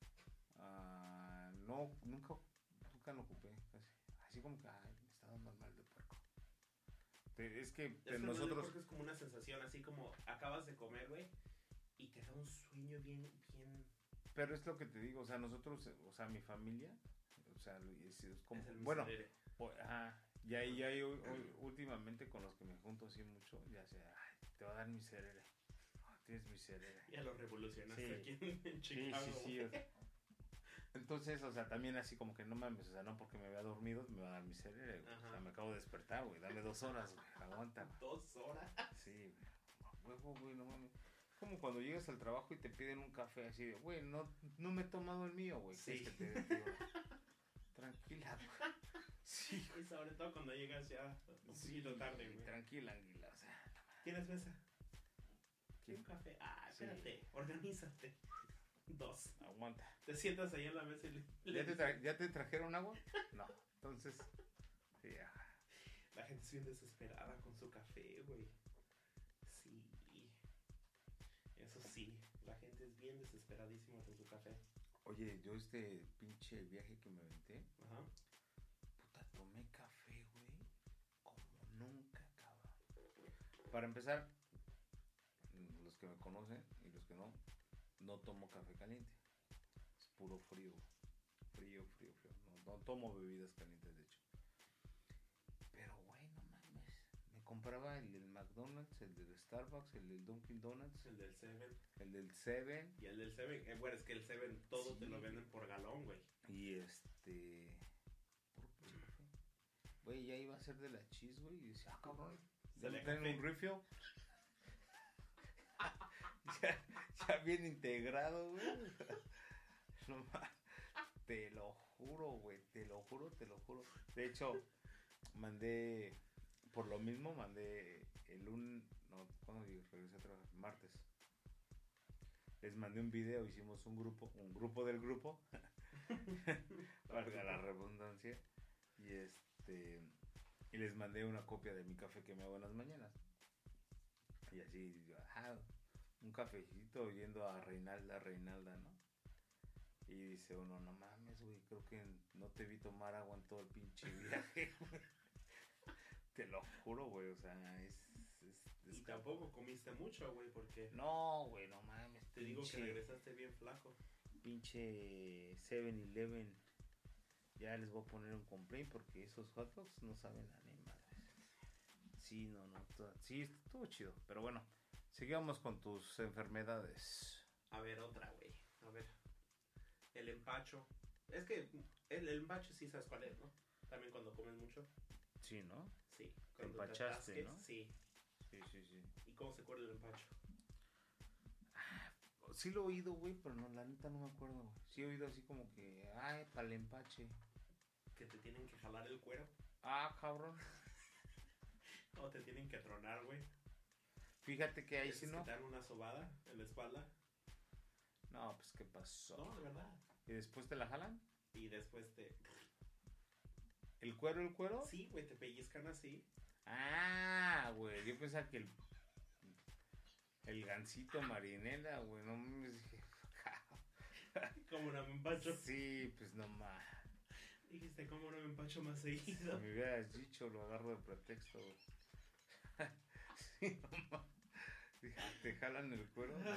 ah, no, nunca, nunca lo ocupé, casi, así como que, ay, me está dando el mal de puerco. Te- Es que Es que eh, el mal del nosotros, puerco es como una sensación, así como acabas de comer, güey, y te da un sueño bien, bien... pero es lo que te digo, o sea, nosotros, eh, o sea, mi familia, o sea, lo- es, es como, es el bueno, miserere. o- ajá, y ahí, ya hay, hoy- hoy- últimamente con los que me junto así mucho, ya sea, ay, te va a dar miserere, oh, tienes miserere. Ya lo revolucionaste Sí. aquí en, en Sí, Chicago. sí, sí. güey. O sea, entonces, o sea, también así como que no mames, o sea, no porque me vea dormido me va a dar miserere, güey. O sea, Ajá. me acabo de despertar, güey. Dame dos horas, güey. Aguanta, güey. Dos horas. Sí, güey. A huevo, güey, no mames. Como cuando llegas al trabajo y te piden un café así de, güey, no, no me he tomado el mío, güey. Sí. ¿Quieres que te dé, tío? Tranquila, güey. Sí, Y sobre todo cuando llegas ya un sí, poquito tarde, güey. tranquila, anguila, o sea. ¿Tienes mesa? ¿Qué? Un café. Ah, Sí. espérate, organízate. Dos. Aguanta. Te sientas ahí en la mesa y le, le ¿Ya te, dices- tra- ¿Ya te trajeron agua? No. Entonces, sí, ya. La gente es bien desesperada con su café, güey. Sí. Eso sí, la gente es bien desesperadísima con su café. Oye, yo este pinche viaje que me aventé, Ajá. puta, tomé café, güey, como nunca, cabrón. Para empezar, mm, los que me conocen y los que no, no tomo café caliente. Es puro frío, frío, frío, frío. No, no tomo bebidas calientes, de hecho. Pero, güey, no mames. Me compraba el del McDonald's, el del Starbucks, el del Dunkin' Donuts, El del Seven. el del Seven. Y el del Seven. Eh, bueno, es que el Seven todo Sí. te lo venden por galón, güey. Y este. Puro pinche café. Güey, ya iba a ser de la cheese, güey. Y decía, ah, cabrón. ¿Ya Sale me traen café. un refill? ya, ya bien integrado, güey. No ma- Te lo juro, güey. Te lo juro, te lo juro. De hecho, mandé. Por lo mismo, mandé el un. No, ¿cuándo regresé a trabajar? Martes. Les mandé un video, hicimos un grupo, un grupo del grupo. Valga la redundancia. Y este. Y les mandé una copia de mi café que me hago en las mañanas. Y así, yo, ajá, un cafecito yendo a Reinalda, Reinalda, ¿no? Y dice uno, no mames, güey, creo que no te vi tomar agua en todo el pinche viaje, güey. Te lo juro, güey, o sea, es... es Y desca- tampoco comiste mucho, güey, porque No, güey, no mames. te digo que pinche- regresaste bien flaco. Pinche seven eleven. Ya les voy a poner un complaint porque esos hot dogs no saben a ni madres. Sí, no, no. to- Sí, estuvo chido. Pero bueno, sigamos con tus enfermedades. A ver, otra, güey. A ver. El empacho. Es que el, el empacho sí sabes cuál es, ¿no? También cuando comes mucho. Sí, ¿no? Sí. Te Cuando empachaste, te atasques, ¿no? sí. Sí, sí, sí. ¿Y cómo se acuerda el empacho? Sí lo he oído, güey, pero no, la neta no me acuerdo, güey. Sí he oído así como que, ay, para el empache. Que te tienen que jalar el cuero. Ah, cabrón. O te tienen que tronar, güey. Fíjate que ahí Es sí que no. te dan una sobada en la espalda. No, pues qué pasó. No, de verdad. ¿Y después te la jalan? Y después te... ¿El cuero, el cuero? Sí, güey, te pellizcan así. Ah, güey, yo pensaba que el... El gansito marinela, güey, no me dije... Como no me empacho. Sí, pues no más. Dijiste, ¿cómo no me empacho más Si seguido? me hubieras dicho, lo agarro de pretexto, güey. Sí, no más. Dije, ¿te jalan el cuero? No,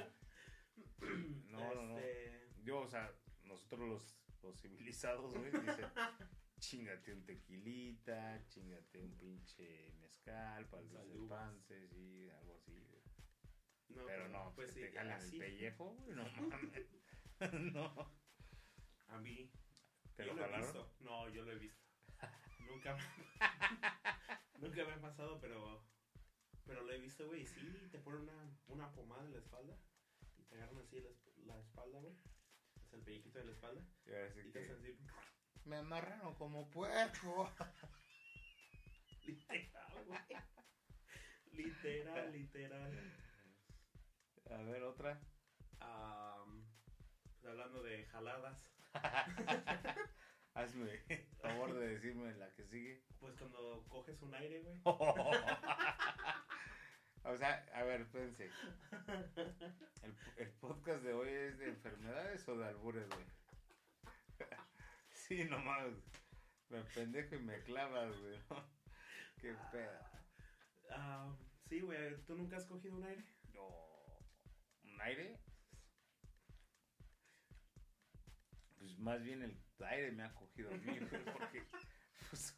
no, no, no. Este... Yo, o sea, nosotros los, los civilizados, güey, dicen, chingate un tequilita, chingate un pinche mezcal para el desempance, sí, algo así, güey. No, Pero no, pues pues sí, que te jalan así. el pellejo, güey, no mames. No. A mí. ¿Te yo lo lo he jalaron? visto. No, yo lo he visto. Nunca me... Nunca me ha pasado, pero... Pero lo he visto, güey. Sí, te ponen una, una pomada en la espalda. Y te agarran así la, la espalda, güey. O sea, el pellejito de la espalda. Y ahora sí Y te que... hacen así... Me amarraron como puerco. Literal, güey. Literal, literal. A ver, otra. Um, pues hablando de jaladas. Hazme favor de decirme la que sigue. Pues cuando coges un aire, güey. O sea, a ver, espérense. ¿El, ¿El podcast de hoy es de enfermedades o de albures, güey? Sí, nomás. Me pendejo y me clavas, güey. Qué pedo. Uh, sí, güey. ¿Tú nunca has cogido un aire? No. ¿Un aire? Pues más bien el aire me ha cogido a mí, güey, porque... Pues,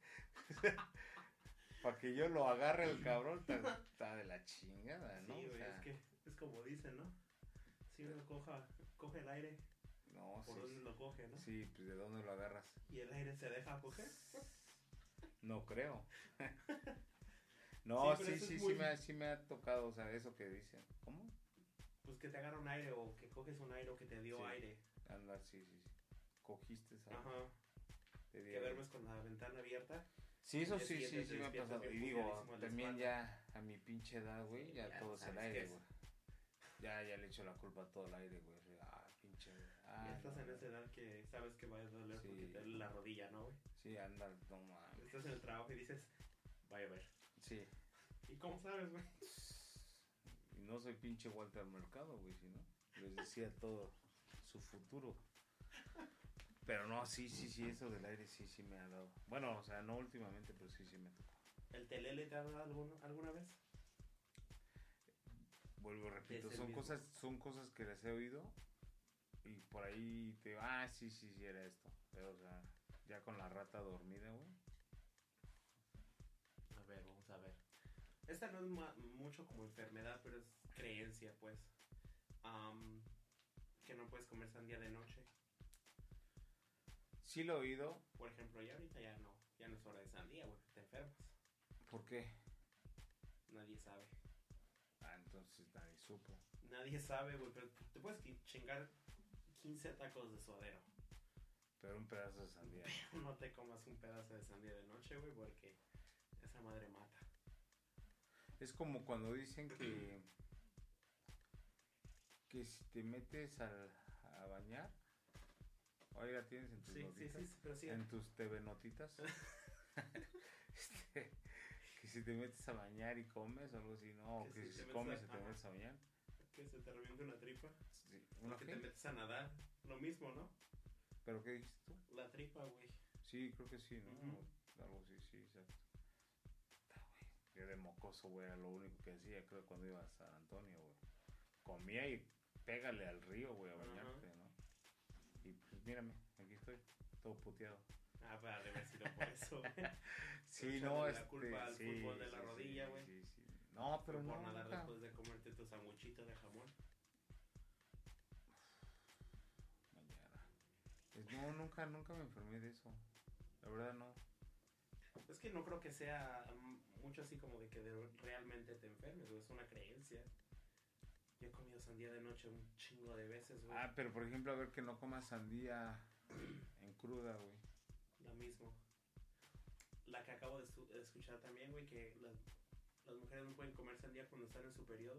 para que yo lo agarre el cabrón, está, está de la chingada, ¿no? Sí, güey, o sea, es que es como dicen, ¿no? Si uno coja, coge el aire, no, ¿por sí, dónde lo coge, no? sí, pues ¿de dónde lo agarras? ¿Y el aire se deja coger? No creo. No, Sí, sí, pero eso sí, es sí, muy- me ha, sí me ha tocado, o sea, eso que dicen. ¿Cómo? Pues que te agarra un aire o que coges un aire o que te dio Sí. aire. Anda, sí, sí, sí. Cogiste, ¿sabes? Ajá. Te di Que aire. duermes con la ventana abierta. Sí, eso al día sí, sí, siguiente sí te me ha despiertas pasado. bien Y digo, puteadísimo en la también espalda. ya a mi pinche edad, güey, Sí, ya ya todo es el sabes aire, qué es. güey. Ya, ya le echo la culpa a todo el aire, güey. Ah, pinche. Ah, ya estás no, en esa edad que sabes que va a doler Sí. porque te duele la rodilla, ¿no, güey? Sí, anda, no mames. Estás en el trabajo y dices, vaya a ver. Sí. ¿Y cómo sabes, güey? Y no soy pinche Walter Mercado, güey, si no. Les decía todo su futuro. Pero no, sí, sí, sí, eso del aire sí, sí me ha dado. Bueno, o sea, no últimamente, pero sí, sí me tocó. ¿El telele te ha dado algún- alguna vez? Vuelvo, repito, Es el son mismo. cosas, son cosas que les he oído y por ahí te digo, ah, sí, sí, sí, era esto. Pero, o sea, ya con la rata dormida, güey. A ver, vamos a ver. Esta no es ma- mucho como enfermedad, pero es creencia, pues. Am, que no puedes comer sandía de noche. Sí lo he oído. Por ejemplo, ya ahorita ya no, ya no es hora de sandía, güey, te enfermas. ¿Por qué? Nadie sabe. Ah, entonces nadie supo. Nadie sabe, güey, pero te puedes qui- chingar quince tacos de suadero. Pero un pedazo de sandía. No te comas un pedazo de sandía de noche, güey, porque esa madre mata. Es como cuando dicen que que si te metes al, a bañar, ahí la tienes en tus Sí, sí, notitas, sí, sí, pero sí. en tus T V notitas. Este, que si te metes a bañar y comes o algo así, no, Que que si si te metes comes a- y te ajá. metes a bañar. Que se te reviente una tripa. Sí, O ¿una que qué? te metes a nadar. Lo mismo, ¿no? ¿Pero qué dijiste tú? La tripa, güey. Sí, creo que sí, ¿no? Ujú. Algo así, sí, exacto. Puta, güey, yo de mocoso, güey, era lo único que hacía, creo, cuando iba a San Antonio, güey. Comía y pégale al río, güey, a Ajá. bañarte, ¿no? Y pues mírame, aquí estoy, todo puteado. Ah, para debe haber sido por eso, güey. Sí, Echarle no, la este, culpa al sí, fútbol de la sí, rodilla, sí, güey. sí, sí. No, pero Fue no, por nadar nunca. después de comerte tu sandwichito de jamón. Mañana. Es no, nunca, nunca me enfermé de eso. La verdad no. Es que no creo que sea mucho así como de que de realmente te enfermes, güey. Es una creencia. Yo he comido sandía de noche un chingo de veces, güey. Ah, pero por ejemplo, a ver que no comas sandía en cruda, güey. Lo mismo. La que acabo de, de escuchar también, güey, que las, las mujeres no pueden comer sandía cuando están en su periodo.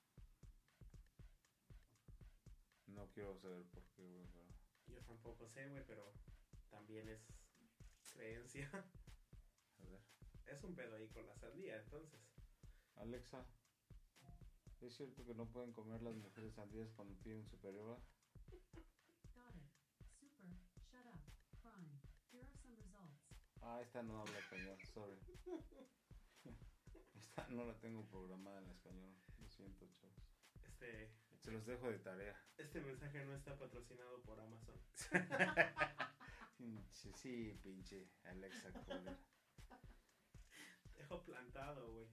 No quiero saber por qué, güey, pero... Yo tampoco sé, güey, pero también es creencia. A ver. Es un pedo ahí con la sandía, entonces. Alexa, ¿es cierto que no pueden comer las mujeres sandías cuando tienen su periodo? Got it. Super. Shut up. Crime. Here are some results. Ah, esta no habla español, sorry. Esta no la tengo programada en español, lo siento, chavos. Este... Se los dejo de tarea. Este mensaje no está patrocinado por Amazon. Sí, sí, pinche Alexa culera. Dejo plantado, güey.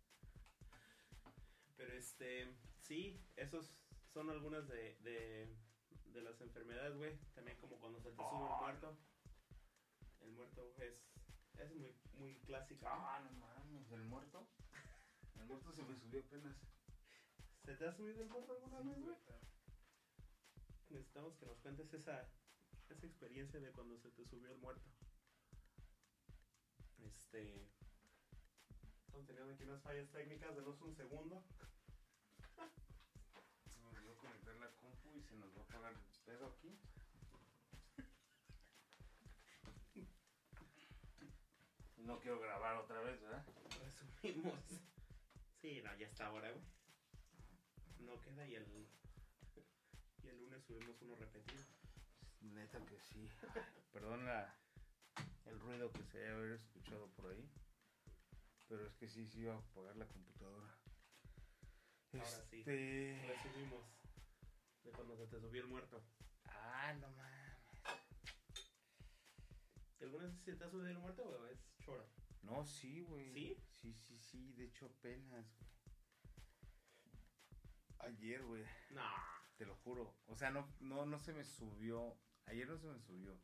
Pero este, sí, esos son algunas de, de, de las enfermedades, güey. También como cuando se te sube el muerto. El muerto es, es muy, muy clásico. Ah, no mames, ¿el muerto? El muerto se me subió apenas. ¿Se te ha subido el muerto alguna Sí, vez, güey? güey. Necesitamos que nos cuentes esa, esa experiencia de cuando se te subió el muerto. Este... Estamos teniendo aquí unas fallas técnicas, denos un segundo. Se me olvidó conectar la compu y se nos va a apagar el pedo aquí. No quiero grabar otra vez, ¿verdad? Resumimos. Sí, no, ya está ahora, güey. No queda y el... Y el lunes subimos uno repetido. Neta que sí. Perdón la, el ruido que se haya haber escuchado por ahí. Pero es que sí, sí iba a apagar la computadora. Ahora sí. Este... Resumimos. De cuando se te subió el muerto. Ah, no mames. ¿Alguna vez se te ha subido el muerto o es choro? No, sí, güey. ¿Sí? Sí, sí, sí. De hecho, apenas, güey. Ayer, güey. Nah. Te lo juro. O sea, no, no, no se me subió. Ayer no se me subió.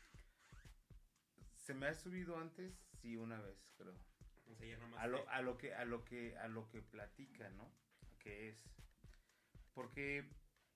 Se me ha subido antes, sí, una vez, creo. O sea, ya nomás A lo, te- a lo que, a lo que, a lo que platica, ¿no? Que es. Porque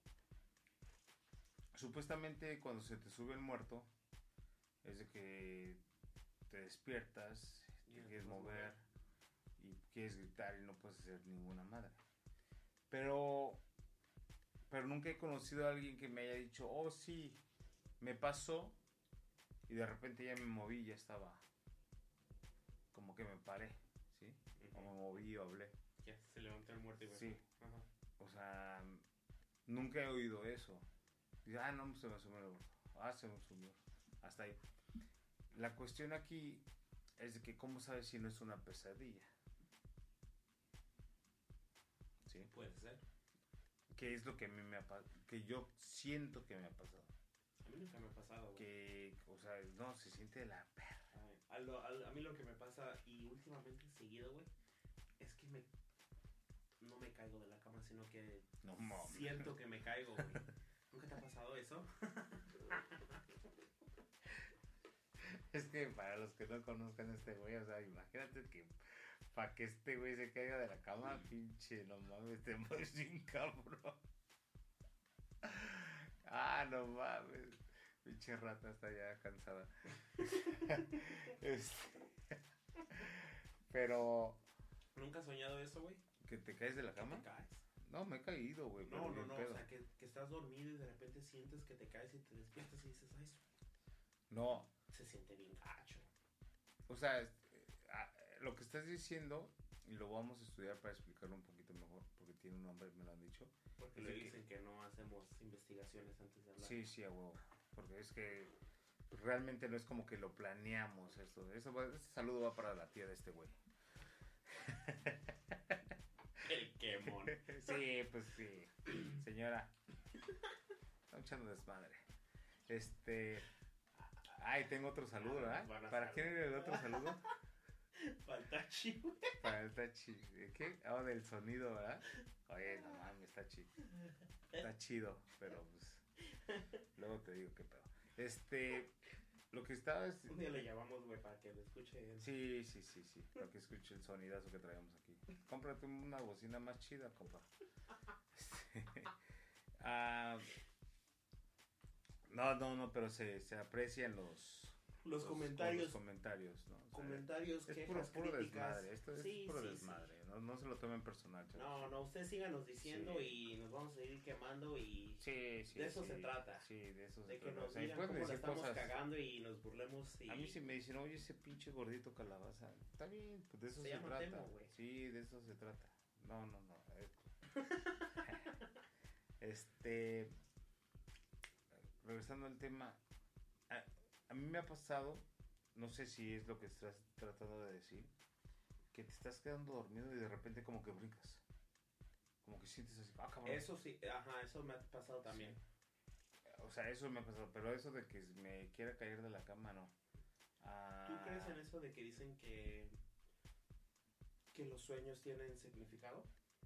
supuestamente cuando se te sube el muerto, es de que te despiertas, Ya te te quieres puedes mover y quieres gritar y no puedes hacer ninguna madre. Pero, pero nunca he conocido a alguien que me haya dicho, oh sí, me pasó y de repente ya me moví y ya estaba como que me paré, ¿sí? Ujú. O me moví o hablé. Ya se levantó el muerto y güey. Sí. Ajá. O sea, nunca he oído eso. Dice, ah, no, se me subió el muerto. Ah, se me subió. Hasta ahí. La cuestión aquí es de que cómo sabes si no es una pesadilla. ¿Sí? Puede ser. ¿Qué es lo que a mí me ha pasado? Que yo siento que me ha pasado. A mí nunca me ha pasado, güey. Que, o sea, no, se siente de la perra. Ay, A, lo- a, a mí lo que me pasa, y últimamente seguido, güey, es que me no me caigo de la cama, sino que No mames. siento que me caigo, güey. ¿Nunca te ha pasado eso? Es que para los que no conozcan a este güey, o sea, imagínate que para que este güey se caiga de la cama, pinche, no mames, te mueves bien cabrón. Ah, no mames. Pinche rata está ya cansada. Este, pero, ¿Nunca has soñado eso, güey? ¿que te caes de la ¿Que cama? te caes? No, me he caído, güey. No, pero no, bien no, pedo. o sea, que, que estás dormido y de repente sientes que te caes y te despiertas y dices, ay, No, se siente bien gacho. o sea, es- ah, lo que estás diciendo, y lo vamos a estudiar para explicarlo un poquito mejor, porque tiene un nombre, me lo han dicho. Porque Es le de que- dicen que no hacemos investigaciones antes de hablar. Sí, sí, a huevo. Porque es que realmente no es como que lo planeamos esto. Eso va- este saludo va para la tía de este güey. El quemón. Sí, pues sí. Señora. Está echando desmadre. Este. Ay, tengo otro saludo, ¿verdad? Van a ¿Para saber. quién era el otro saludo? Faltachi, güey. Para el tachi. ¿De qué? Ah, del sonido, ¿verdad? Oye, no mames, está chido. Está chido, pero pues. Luego te digo qué pedo. Este, lo que estaba es... Un día le llamamos, güey, para que lo escuche él. Sí, sí, sí, sí, para que escuche el sonidazo que traemos aquí. Cómprate una bocina más chida, compa. Este, ah, no, no, no, pero se, se aprecian los... Los comentarios. Los comentarios, ¿no? O sea, Comentarios, es quejas, puro, puro críticas. desmadre, esto es Sí, puro sí, desmadre, sí. ¿no? No se lo tomen personal, chavos. No, no, ustedes síganos diciendo Sí. y nos vamos a seguir quemando y Sí, sí, de eso sí. se trata. Sí, de eso de se que trata. nos O sea, y digan pueden cómo la decir estamos cosas... cagando y nos burlemos y... A mí sí me dicen, oye, ese pinche gordito calabaza. Está bien, pues de eso Se se, llama trata. Temo, güey. Sí, de eso se trata. No, no, no. eh. este. Regresando al tema. A, a mí me ha pasado, no sé si es lo que estás tratando de decir, que te estás quedando dormido y de repente como que brincas. Como que sientes así, ah, cabrón. Eso sí, ajá, eso me ha pasado también. Sí. O sea, eso me ha pasado, pero eso de que me quiera caer de la cama, no. Ah, ¿Tú crees en eso de que dicen que que los sueños tienen significado?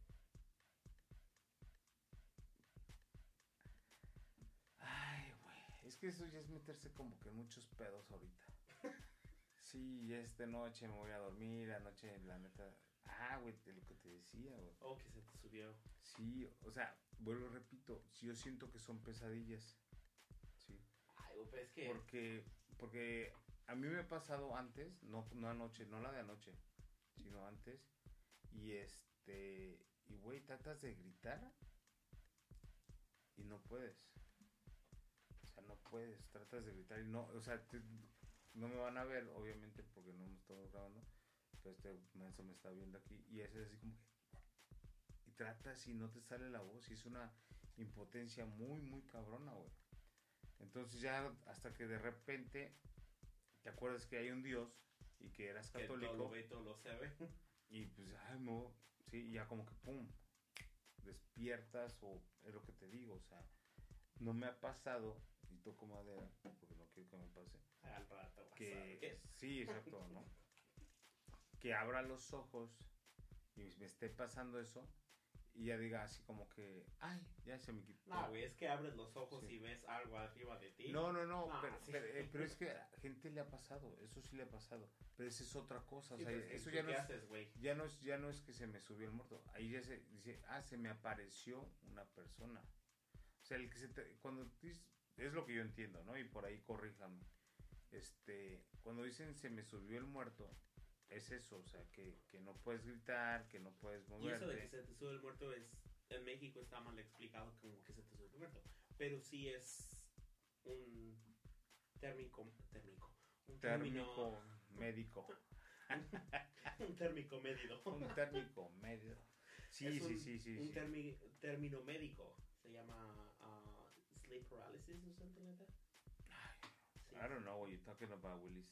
Ay, güey. Es que eso ya es meterse como que en muchos pedos ahorita. Sí, esta noche me voy a dormir, anoche la neta... Ah, güey, de lo que te decía, güey. Oh, que se te subió. Sí, o sea, vuelvo, repito, sí, yo siento que son pesadillas. Sí. Ay, güey, pero es que... Porque, porque a mí me ha pasado antes, no, no anoche, no la de anoche, sino antes. Y este, y güey, tratas de gritar y no puedes. O sea, no puedes, tratas de gritar y no, o sea, te, no me van a ver, obviamente, porque no me estoy grabando. Pero este menso me está viendo aquí y es así como que... Y tratas y no te sale la voz y es una impotencia muy, muy cabrona, güey. Entonces ya hasta que de repente te acuerdas que hay un Dios y que eras Que católico. todo lo ve, todo lo sabe. Y pues, ay, no, sí, y ya como que pum, despiertas o es lo que te digo, o sea, no me ha pasado, y toco madera, porque no quiero que me pase, Al rato vas a que, ver. sí, exacto, ¿no? Que abra los ojos y me esté pasando eso y ya diga así como que, ay, ya se me quitó. No, güey, es que abres los ojos Sí. y ves algo arriba de ti. No, no, no, Ah, pero, sí. pero, eh, pero es que a gente le ha pasado, eso sí le ha pasado, pero esa es otra cosa, Sí, o sea, pero es que eso ¿tú ya no ¿qué es, haces, güey? ya no es, ya no es que se me subió el muerto, ahí ya se dice, ah, se me apareció una persona. O sea, el que se te, cuando dices, es lo que yo entiendo, ¿no? Y por ahí corríjame. Este, cuando dicen se me subió el muerto, es eso, o sea, que, que no puedes gritar, que no puedes moverte. Y eso de que se te sube el muerto es... En México está mal explicado como que se te sube el muerto. Pero sí es un térmico... Térmico. Un Térmico médico. un térmico médico. Un térmico medio. Sí, Es un, sí, sí, sí. Un sí. termi- término médico. Se llama uh, sleep paralysis or something like that. Sí. I don't know what you're talking about, Willis.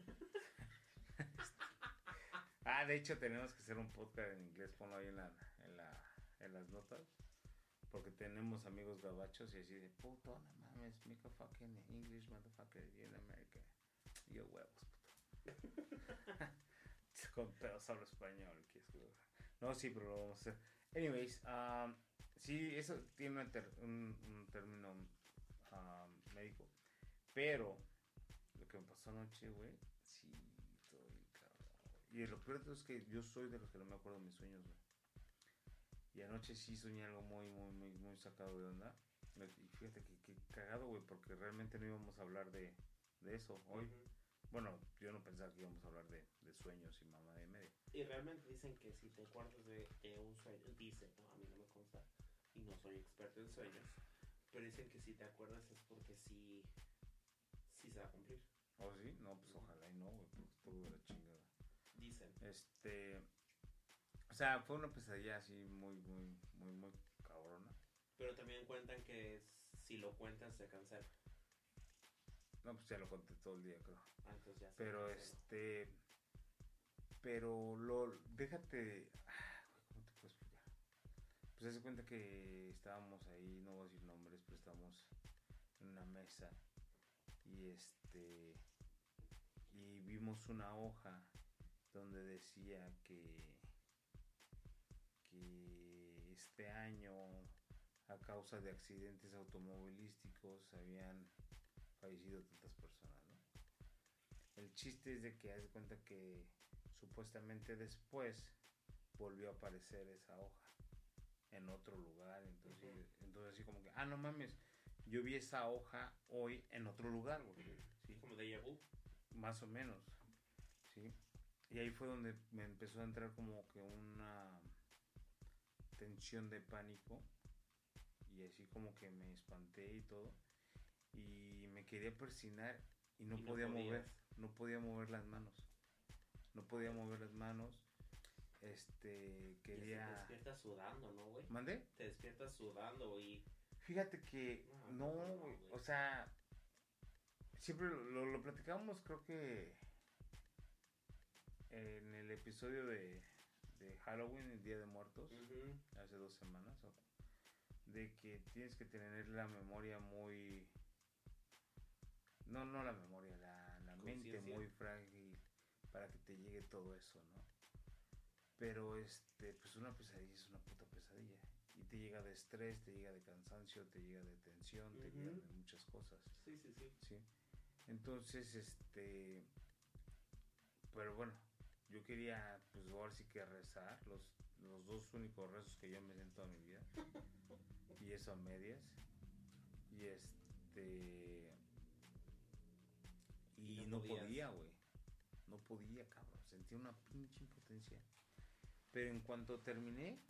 Ah, de hecho tenemos que hacer un podcast en inglés, ponlo ahí en la, en la, en las notas, porque tenemos amigos gabachos y así de puto, no mames, make a fucking English motherfucker in America. Yo huevos, puto. Con pedo solo español, que es no, sí, pero lo vamos a hacer. Anyways, um, sí, eso tiene un, ter- un, un término um, médico, pero lo que me pasó anoche, güey, sí, estoy cabrón. Y lo peor de todo es que yo soy de los que no me acuerdo de mis sueños, güey. Y anoche sí soñé algo muy, muy, muy, muy sacado de onda. Y fíjate que, que cagado, güey, porque realmente no íbamos a hablar de, de eso hoy. Ujú. Bueno, yo no pensaba que íbamos a hablar de, de sueños y mamá de media. Y realmente dicen que si te acuerdas de, de un sueño, dicen, no, a mí no me consta, y no soy experto en sueños, pero dicen que si te acuerdas es porque sí, sí se va a cumplir. ¿Oh, sí? No, pues ojalá y no, güey, porque estuvo de la chingada. Dicen. Este... O sea, fue una pesadilla así muy, muy, muy, muy cabrona. Pero también cuentan que si lo cuentas se cancela. No, pues ya lo conté todo el día, creo. Ah, entonces ya se Pero cancela. este... Pero lo... Déjate... ah, güey, ¿cómo te puedo explicar? Pues hace cuenta que estábamos ahí, no voy a decir nombres, pero estábamos en una mesa. Y este... Y vimos una hoja donde decía que... que este año, a causa de accidentes automovilísticos, habían fallecido tantas personas, ¿no? El chiste es de que haz de cuenta que supuestamente después volvió a aparecer esa hoja en otro lugar, entonces, uh-huh. entonces así como que, ah, no mames, yo vi esa hoja hoy en otro lugar, güey, ¿sí? Como déjà vu. Más o menos, ¿sí? Y ahí fue donde me empezó a entrar como que una tensión de pánico y así como que me espanté y todo y me quería persignar y no, y no podía podías. mover, no podía mover las manos, no podía mover las manos. Este, quería... Te despiertas sudando, ¿no, güey? ¿Mandé? Te despiertas sudando y... Fíjate que no, güey, no, no, o sea, siempre lo, lo platicamos, creo que en el episodio de, de Halloween, el Día de Muertos, uh-huh. hace dos semanas, de que tienes que tener la memoria muy... No, no la memoria, la, la mente muy frágil para que te llegue todo eso, ¿no? Pero, este, pues una pesadilla es una puta pesadilla. Y te llega de estrés, te llega de cansancio, te llega de tensión, uh-huh. te llega de muchas cosas. Sí, sí, sí. Sí. Entonces, este... Pero bueno, yo quería, pues ahora sí que rezar. Los, los dos únicos rezos que yo me sé en toda mi vida. Y eso a medias. Y este... Y, y no, no podía, güey. No podía, cabrón. Sentía una pinche impotencia. Pero en cuanto terminé,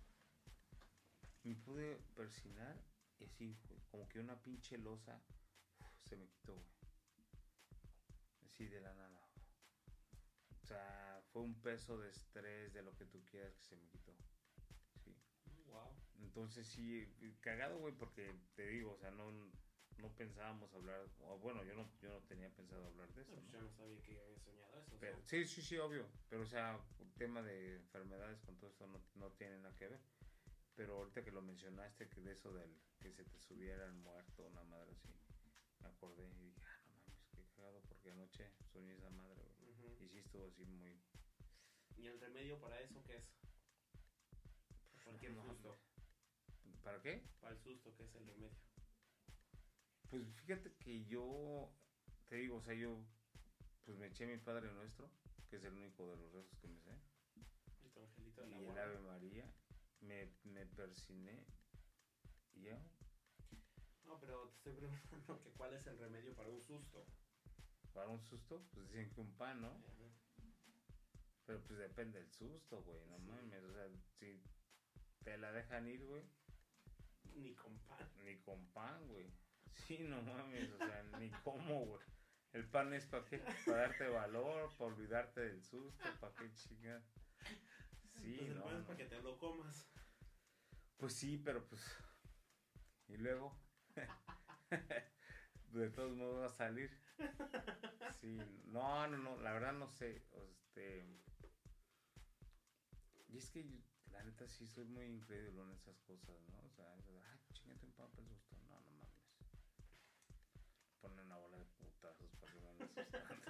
me pude persignar y así, güey, como que una pinche losa uf, se me quitó, güey. Así de la nada. O sea, fue un peso de estrés, de lo que tú quieras, que se me quitó. Sí. Wow. Entonces sí, cagado, güey, porque te digo, o sea, no... no pensábamos hablar, o bueno, yo no, yo no tenía pensado hablar de eso. No, pues ¿no? Yo no sabía que había soñado eso. Pero, sí, sí, sí, obvio. Pero, o sea, el tema de enfermedades con todo esto no, no tiene nada que ver. Pero ahorita que lo mencionaste, que de eso del que se te subiera el muerto, una madre así, me acordé y dije, ah, no mames, qué cagado, porque anoche soñé esa madre, güey. Uh-huh. Y sí estuvo así muy... ¿Y el remedio para eso qué es? Cualquier no, susto. ¿Para qué? Para el susto, ¿qué es el remedio? Pues fíjate que yo, te digo, o sea, yo pues me eché mi Padre Nuestro, que es el único de los rezos que me sé. Y tu angelito de la Y el guarda. Ave María, me, me persigné y ya. No, pero te estoy preguntando que cuál es el remedio para un susto. Para un susto, pues dicen que un pan, ¿no? Uh-huh. Pero pues depende del susto, güey, no sí. mames, o sea, si te la dejan ir, güey. Ni con pan. Ni con pan, güey. Sí, no mames, o sea, ni cómo, güey. El pan es para qué, para darte valor, para olvidarte del susto, para qué chingar. Sí, pues el no, pan es no. para que te lo comas. Pues sí, pero pues... Y luego... de todos modos va a salir. Sí, no, no, no, la verdad no sé, este... Y es que yo, la neta sí soy muy incrédulo en esas cosas, ¿no? O sea, ay, chingate un pan para el susto. No, no mames. Ponen una bola de putazos para que me van asustando.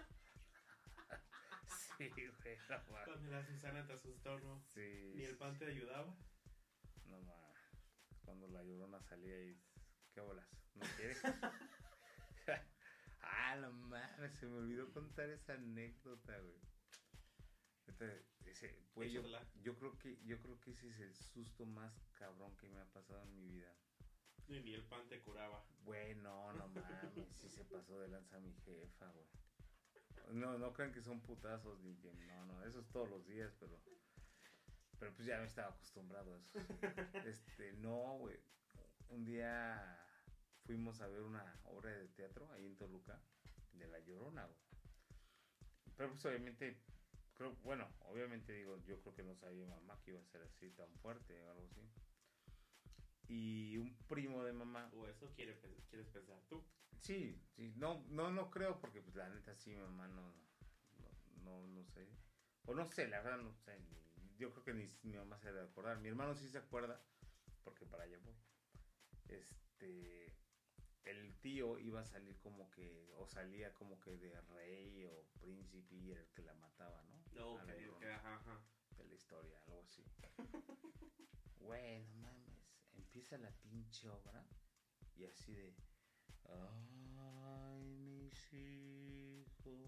Sí, güey, no mames. Cuando la Susana te asustó, ¿no? Sí. ¿Ni el pan te ayudaba? No mames. Cuando la Llorona salía y... ¿Qué bolas? ¿No quieres? Ah, no mames, se me olvidó contar esa anécdota, güey. Ese, pues yo, yo creo que yo creo que ese es el susto más cabrón que me ha pasado en mi vida. Y ni el pan te curaba. Güey, no, no mames, sí se pasó de lanza mi jefa, güey. No, no crean que son putazos ni que no, no, eso es todos los días, pero pero pues ya me estaba acostumbrado a eso. Este, no, güey. Un día fuimos a ver una obra de teatro ahí en Toluca de La Llorona, güey. Pero pues obviamente creo, bueno, obviamente digo, yo creo que no sabía mamá que iba a ser así tan fuerte o algo así. Y un primo de mamá. ¿O eso quiere, quieres pensar tú? Sí, sí, no, no, no creo porque pues la neta sí, mi mamá no, no, no, no sé. O no sé, la verdad no sé. Yo creo que ni mi mamá se debe acordar. Mi hermano sí se acuerda porque para allá voy. Este, el tío iba a salir como que, o salía como que de rey o príncipe y era el que la mataba, ¿no? No, ok, ok, ajá, ajá. De la historia, algo así. Güey, no mames. Empieza la pinche obra y así de, Ay, mis hijos.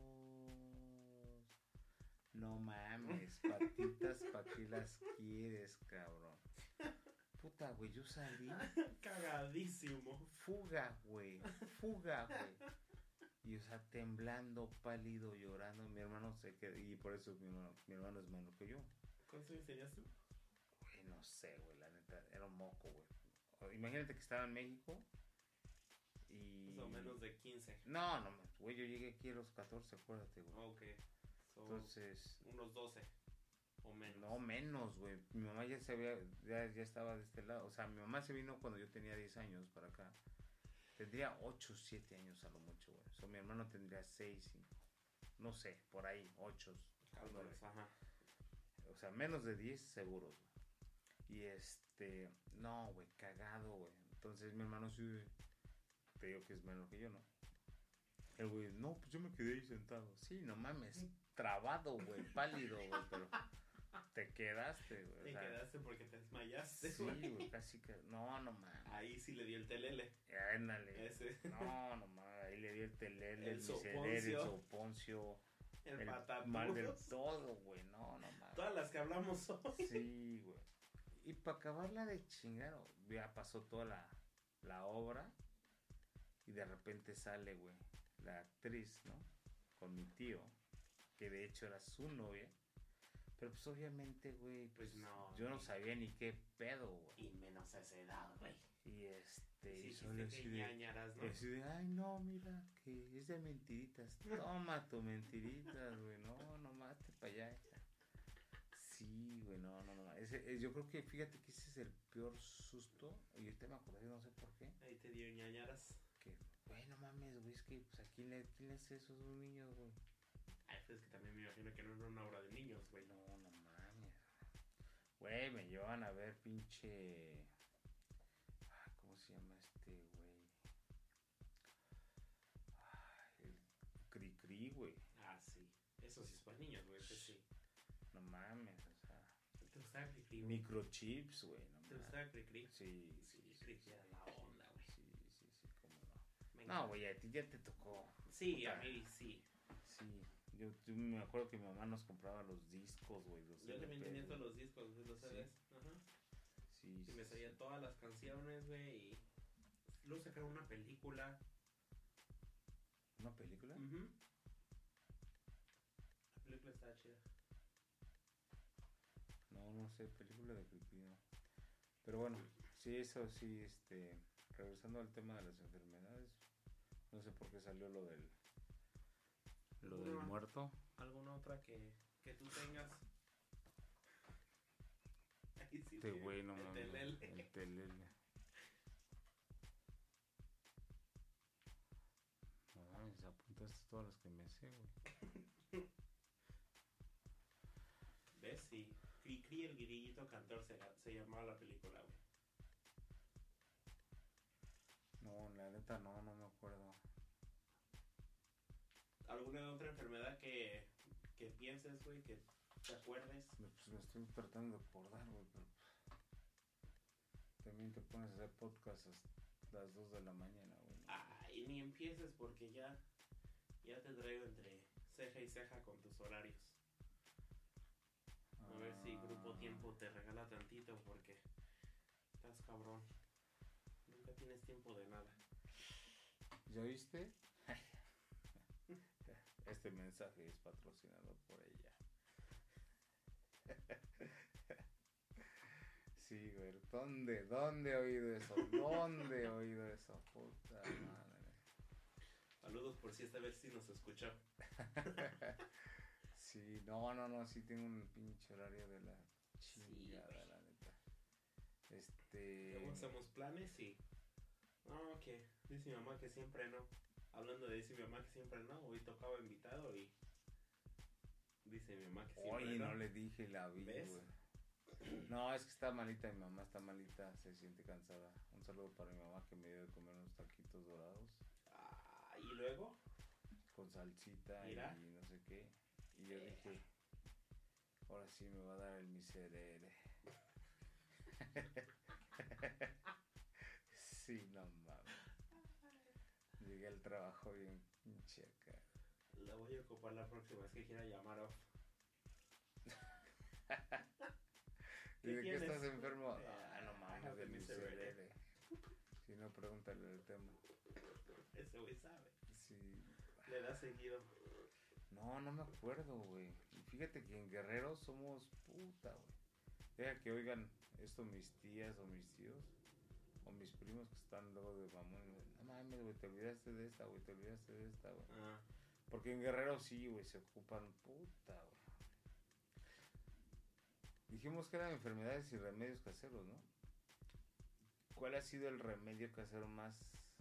No mames, patitas, ¿pa' qué las quieres, cabrón? Puta, güey, yo salí. Cagadísimo. Fuga, güey, fuga, güey. Y, o sea, temblando, pálido, llorando. Mi hermano se quedó, y por eso mi hermano, mi hermano es menor que yo. ¿Cuántos años tenías tú? Güey, no sé, güey, la neta, era un moco, güey. O- Imagínate que estaba en México y... O sea, menos de quince. No, no, güey, yo llegué aquí a los catorce, acuérdate, güey. Ok. So, Entonces, unos doce o menos. no menos, güey. Mi mamá ya se había, ya, ya estaba de este lado. O sea, mi mamá se vino cuando yo tenía diez años para acá. Tendría ocho, siete años a lo mucho, güey. O sea, mi hermano tendría seis, no sé, por ahí, ocho. Cálculos, ajá. O sea, menos de diez seguros, güey. Y este, no, güey, cagado, güey. Entonces mi hermano sí, te digo que es menor que yo, ¿no? El güey, no, pues yo me quedé ahí sentado. Sí, no mames, trabado, güey, pálido, güey, pero te quedaste, güey. Te o sea, quedaste porque te desmayaste, sí, güey. güey, casi que, no, no mames. Ahí sí le dio el telele. Ándale. Ese. No, no mames, ahí le dio el telele, El el miserere, el soponcio. soponcio, El, el patatudos. mal del todo, güey, no, no mames. Todas las que hablamos hoy. Sí, güey. Y para acabarla de chingar, ya pasó toda la, la obra y de repente sale, güey, la actriz, ¿no? Con mi tío, que de hecho era su novia. Pero pues obviamente, güey, pues, Pues no, yo no güey. sabía ni qué pedo, güey. Y menos a esa edad, güey. Y este, Sí, y dijiste solo que así de, ñañaras, ¿no? y así de, ay no, mira, que es de mentiritas. Toma tu mentiritas, güey, no, nomás te pa' allá. Sí, güey, no, no, no. Ese, eh, yo creo que, fíjate que ese es el peor susto. Y ahorita me acordé, no sé por qué. Ahí te dio ñañaras. Que, güey, no mames, güey, es que, pues, ¿a quién le, quién le hace eso a esos niños, güey? Ay, pues es que también me imagino que no era una obra de niños, güey. No, no mames. Güey, me llevan a ver pinche... Ay, ¿cómo se llama este, güey? Ay, el Cri-Cri, güey. Ah, sí. Eso sí es para niños, güey. Ese sí. No mames, o sea... ¿Te gustaba Cricri, güey? Microchips, güey, no ¿Te mames. gustaba Cricri? Sí, Sí, sí, Cricri sí, era sí, la sí, onda, güey. Sí, sí, sí, cómo no. Me No, encanta. güey, a ti ya te tocó. Sí, a Puta. mí sí. Sí, yo, yo me acuerdo que mi mamá nos compraba los discos, güey, los Yo también L P, tenía güey. todos los discos, güey, los Sí. C Ds. Ajá. Sí, Y me sí, sabía sí. todas las canciones, güey. Y luego sacaron una película. ¿Una película? Ujú. La película estaba chida. No, no sé, película de creepy, no. Pero bueno, sí, eso sí, este, regresando al tema de las enfermedades, no sé por qué salió lo del, lo del ¿Alguna- muerto. ¿Alguna otra que, que tú tengas? Ahí sí, Este güey, güey, no el mames, telele. el telele. No mames, apuntaste todas las que me sé, güey. ¿Ves? Sí. Cricri, el grillito cantor se, se llamaba la película, güey. No, la neta no, no me acuerdo. ¿Alguna otra enfermedad que, que pienses, güey, que te acuerdes? Me- Pues me estoy tratando de acordar, güey, pero también te pones a hacer podcast a las dos de la mañana, güey. ¿no? Ay, ni empieces porque ya, ya te traigo entre ceja y ceja con tus horarios. A ver si Grupo Tiempo te regala tantito porque estás cabrón. Nunca tienes tiempo de nada. ¿Ya viste? Este mensaje es patrocinado por ella. Sí, güey. ¿Dónde? ¿Dónde he oído eso? ¿Dónde he oído eso? Puta madre. Saludos por si esta vez sí nos escuchó. Sí, no, no, no, sí tengo un pinche horario de la Sí, chingada, güey. la neta. Este... Luego hacemos planes y... No, que dice mi mamá que siempre no. Hablando de dice mi mamá que siempre no, hoy tocaba invitado y... Dice mi mamá que siempre Oye, no. no le dije la vi, ¿Ves? güey. No, es que está malita, mi mamá está malita, se siente cansada. Un saludo para mi mamá que me dio de comer unos taquitos dorados Ah, y luego... con salsita Mira. y no sé qué. Y yo dije, ahora sí me va a dar el miserere. Sí, no mames. Llegué al trabajo bien pinche acá. La voy a ocupar la próxima vez que quiera llamar off. ¿Y de qué tienes? estás enfermo? Eh, Ah, no I mames, have de the mi misery. cerebro. Si no, pregúntale el tema. Ese güey sabe. Sí. Le da seguido. No, no me acuerdo, güey. Y fíjate que en Guerrero somos puta, güey. Deja que oigan esto mis tías o mis tíos o mis primos que están luego de mamón. No mames, güey, te olvidaste de esta, güey, te olvidaste de esta, güey. Ah, Porque en Guerrero sí, güey, se ocupan puta, güey. Dijimos que eran enfermedades y remedios caseros, ¿no? ¿Cuál ha sido el remedio casero más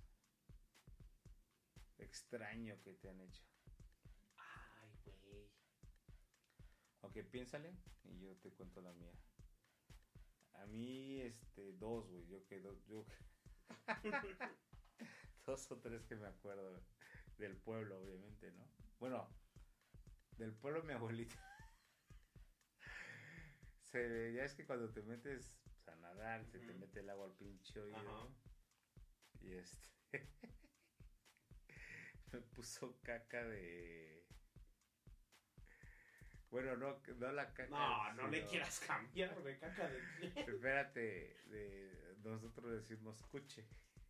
extraño que te han hecho? ay, güey. Ok, piénsale y yo te cuento la mía. A mí, este, dos, güey, yo que dos, yo dos o tres que me acuerdo, güey. Del pueblo, obviamente, ¿no? Bueno, del pueblo de mi abuelita. Se, ya es que cuando te metes a nadar, se te Ujú. mete el agua al pinche oído, Ajá. ¿no? Y este me puso caca de, bueno, no, no la caca, No, no le sino- quieras cambiar, güey. Caca de quién. espérate, de, nosotros decimos cuche.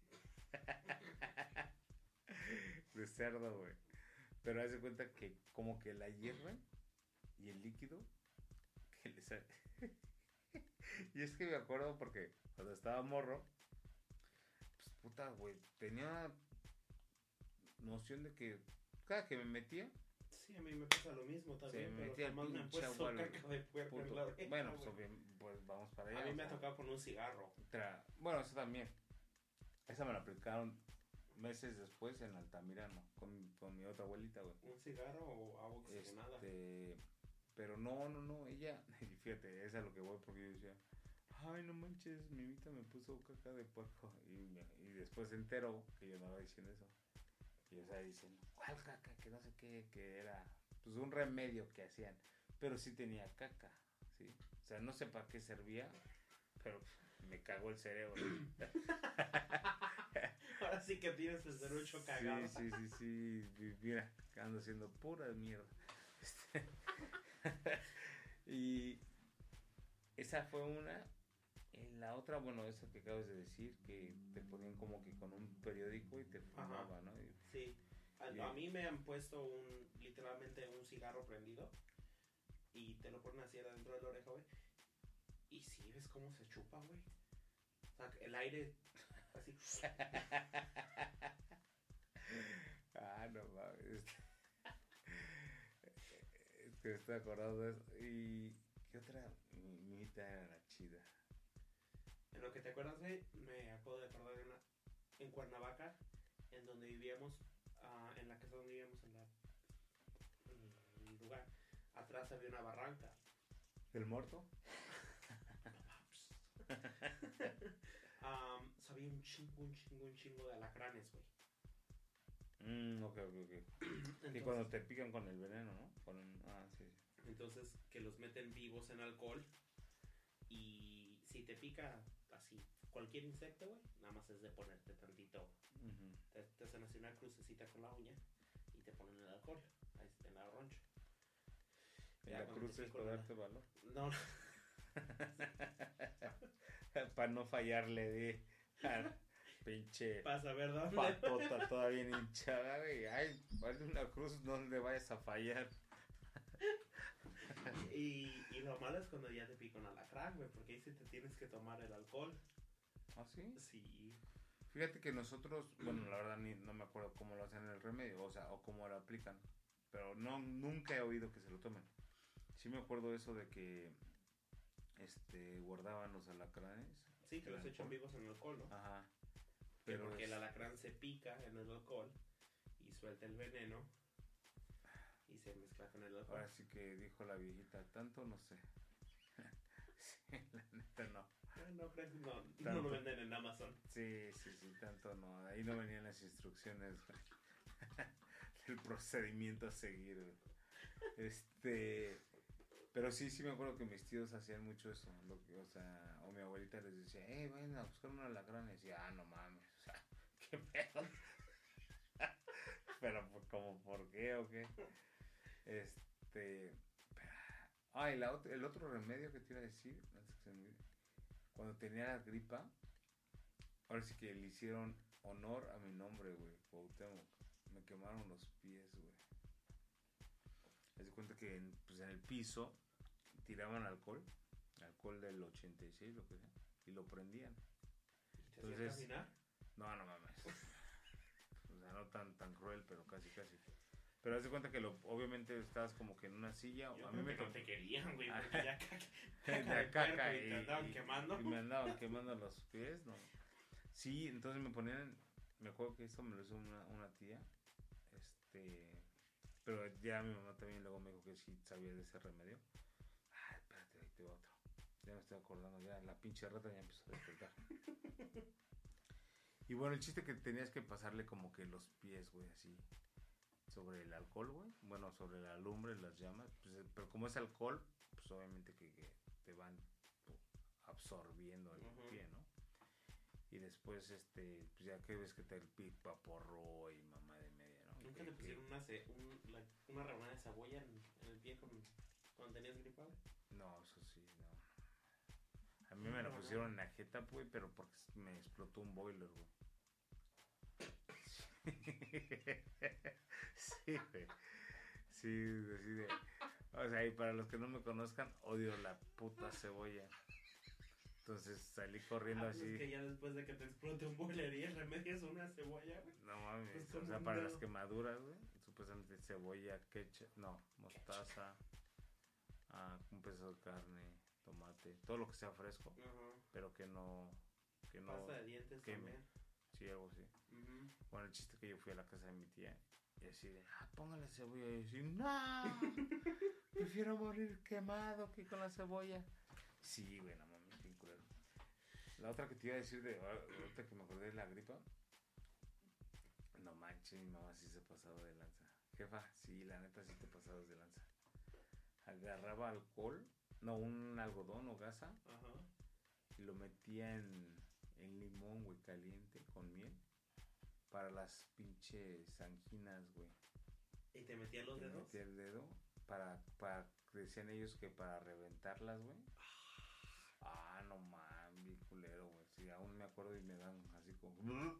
De cerdo, güey. Pero haz de cuenta que como que la hierven y el líquido que le sale. Y es que me acuerdo porque cuando estaba morro, pues puta, güey, tenía noción de que cada que me metía, Sí, a mí me pasa lo mismo también, me pero metía el jamás me han pinche puesto agua al caca de puerco en puto- la oreja, bueno, pues, güey. obvia- pues vamos para allá. A mí o me ha sea, tocado con un cigarro. tra- bueno, eso también. Esa me la aplicaron meses después en Altamirano con, con mi otra abuelita, güey. ¿Un cigarro o agua oxigenada? Este, pero no, no, no, ella, y fíjate, es a lo que voy porque yo decía, ay, no manches, mi mamita me puso caca de puerco. Y, me- y después se enteró que yo andaba diciendo eso. Y o sea, dicen, ¿cuál caca? Que no sé qué, que era, pues un remedio que hacían, pero sí tenía caca, ¿sí? O sea, no sé para qué servía, pero me cagó el cerebro. Ahora sí que tienes el cerucho cagado. Sí, sí, sí, sí, mira, ando haciendo pura mierda. Este, y esa fue una. En la otra, bueno, esa que acabas de decir, que te ponían como que con un periódico y te fumaba, ¿no? Y, Sí. A, y- a mí me han puesto un, literalmente un cigarro prendido y te lo ponen así adentro de la oreja, güey. Y sí, ¿ves cómo se chupa, güey? O sea, el aire así. ah, no mames. Es que estoy acordado de eso. ¿Y qué otra mimita era la chida? En lo que te acuerdas, güey, me acabo de acordar de una en Cuernavaca, en donde vivíamos, ah, en la casa donde vivíamos, en, la, en el lugar, atrás había una barranca. ¿El muerto? um, so había un chingo, un chingo, un chingo de alacranes, güey. Mm, ok, ok, ok. Entonces, Y cuando te pican con el veneno, ¿no? Con el- ah, sí, sí. entonces, que los meten vivos en alcohol. Y si te pica así cualquier insecto, güey, nada más es de ponerte tantito. Ujú. Te, te hacen así una crucecita con la uña y te ponen el alcohol. Ahí en la roncha. Y Ya la cuando cruz te es pico para la- darte valor. No, Para no fallarle de al pinche pasa, ¿verdad? patota toda bien hinchada, güey. Ay, vale una cruz, no le vayas a fallar. Y, y lo malo es cuando ya te pica un alacrán, güey, porque ahí sí te tienes que tomar el alcohol. ¿Ah, sí? Sí. Fíjate que nosotros, bueno, la verdad ni, no me acuerdo cómo lo hacen en el remedio, o sea, o cómo lo aplican. Pero no, nunca he oído que se lo tomen. Sí me acuerdo eso de que este guardaban los alacranes. Sí, que en los echan alcohol. vivos en el alcohol, ¿no? Ajá. Que Pero porque es- el alacrán se pica en el alcohol y suelta el veneno y se mezcla con el alcohol. ahora sí que dijo la viejita, tanto no sé. Sí, la neta no. Ah, no, creo que no, no Tanto. lo venden en Amazon. Sí, sí, sí, tanto no. Ahí no venían las instrucciones, güey. El procedimiento a seguir, güey. Este. Pero sí, sí me acuerdo que mis tíos hacían mucho eso. Lo que, o sea, o mi abuelita les decía, hey, vayan a buscar un alacrán. Y decía, ah, no mames. O sea, qué pedo. Pero, pues, como, ¿por qué o qué? Este. Ah, y la ot- el otro remedio que te iba a decir, antes que se me olvide, cuando tenía la gripa, ahora sí que le hicieron honor a mi nombre, güey, Cuauhtémoc. Me quemaron los pies, güey. Haz de cuenta que en, pues, en el piso tiraban alcohol, alcohol del ochenta y seis, lo que sea, y lo prendían. ¿Y te hacía caminar? No, no mames. O sea, no tan, tan cruel, pero casi, casi. Pero haz de cuenta que lo, obviamente estabas como que en una silla. Yo A creo mí me que no tocó. te querían, güey, Ah, porque ya caca, de caca de caca puerco y y, te andaban y- quemando. y me andaban quemando los pies, no. Sí, entonces me ponían, me acuerdo que esto me lo hizo una, una tía, este, pero ya mi mamá también luego me dijo que sí sabía de ese remedio. Ah, espérate, ahí te va otro. Ya me estoy acordando, ya la pinche rata ya empezó a despertar. Y bueno, el chiste que tenías que pasarle como que los pies, güey, así, sobre el alcohol, güey. Bueno, sobre la lumbre, las llamas. Pues, eh, pero como es alcohol, pues obviamente que, que te van pues, absorbiendo el Ujú. pie, ¿no? Y después, este, pues ya que ves que te el pico porro y mamá de media, ¿no? ¿Nunca Que- te que- pusieron una, ce- un, la- una rebanada de cebolla en, en el pie con, cuando tenías gripa? No, eso sí, no. A mí me la pusieron en la jeta, güey, pero porque me explotó un boiler, güey. Sí, güey. Sí, así de. O sea, y para los que no me conozcan, odio la puta cebolla. Entonces salí corriendo Ah, pues así. es que ya después de que te explote un boiler y el remedio es una cebolla, güey. No mames. Pues O como sea, un para dedo. las quemaduras, güey. Supuestamente cebolla, ketchup. No, mostaza. Ah, un pedazo de carne, tomate. Todo lo que sea fresco. Ajá. Pero que no. Que no. Pasta de dientes queme. también. Sí, algo así. Ujú. Bueno, el chiste que yo fui a la casa de mi tía. Y así de, ah, póngale cebolla. Y yo así, no. Prefiero morir quemado que con la cebolla. Sí, güey, no mames, bien culero. La otra que te iba a decir de ahorita que me acordé de la gripa. No manches, mi mamá sí se pasaba de lanza. Jefa, sí, la neta sí te pasabas de lanza. Agarraba alcohol, no, un algodón o gasa, Ajá. y lo metía en, en limón, güey, caliente, con miel. Para las pinches anginas, güey. ¿Y te metían los Le dedos? metía el dedo para, para, decían ellos que para reventarlas, güey. Ah, no mames, bien culero, güey. Sí, aún me acuerdo y me dan así como.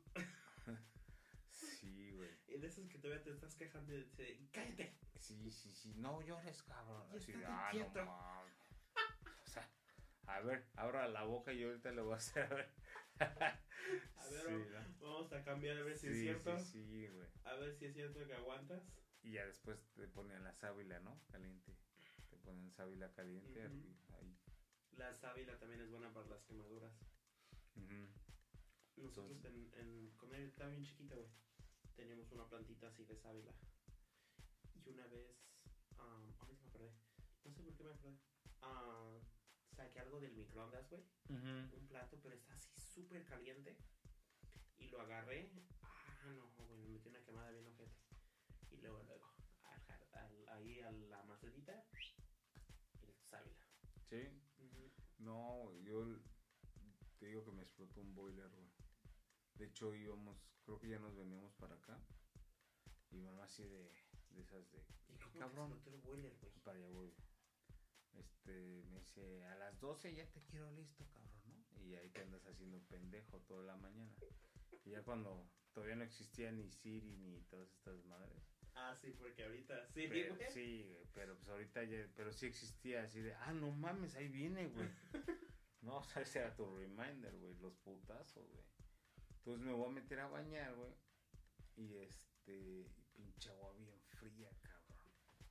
Sí, güey. Y de esos que todavía te estás quejando y dice, cállate. Sí, sí, sí. No llores, cabrón. Y Así, estate ah, quieto. no mames. O sea, a ver, abra la boca y yo ahorita le voy a hacer a ver. A ver, Sí, vamos- ¿no? vamos a cambiar a ver si es Sí, cierto. sí, sí, güey. A ver si es cierto que aguantas. Y ya después te ponían la sábila, ¿no? Caliente. Te ponen sábila caliente. Ujú. arri- ahí. La sábila también es buena para las quemaduras. Ujú. Nosotros Entonces- en, en, cuando yo estaba bien chiquita, güey, teníamos una plantita así de sábila. Y una vez, um, ahorita me acordé, no sé por qué me acordé, ah, saqué algo del microondas, güey, Ujú. un plato, pero está así súper caliente. Y lo agarré, ah, no, güey, me metí una quemada bien ojete. Y luego, luego, al, jar- al- ahí a la macetita, el sábila. Sí. Ujú. No, yo l- te digo que me explotó un boiler, güey. De hecho íbamos, creo que ya nos veníamos para acá. Y mi mamá así de, de esas de, ¿Y cómo te cabrón, explotó el boiler, güey? para allá voy. Este, me dice, a las doce ya te quiero listo, cabrón, ¿no? Y ahí te andas haciendo pendejo toda la mañana. Y ya cuando todavía no existía ni Siri ni todas estas madres. Ah, sí, porque ahorita sí, Pero, güey. sí, güey, pero pues ahorita ya, pero sí existía así de, ah, no mames, ahí viene, güey. No, o sea, ese era tu reminder, güey, los putazos, güey. Entonces me voy a meter a bañar, güey. Y este, y pinche agua bien fría, cabrón.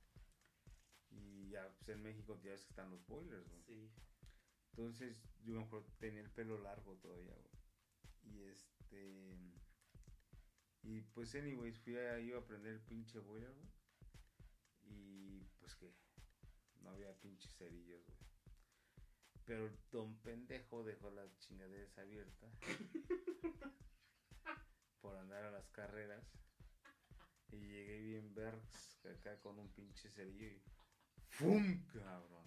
Y ya, pues en México ya ves que están los boilers, güey. Sí. Entonces yo me acuerdo, tenía el pelo largo todavía, güey. Y este, y pues anyways, fui a, iba a prender el pinche boiler, güey. Y pues que no había pinches cerillos, güey. Pero el don pendejo dejó las chingaderas abiertas por andar a las carreras. Y llegué bien vergs acá con un pinche cerillo y ¡fum! Cabrón.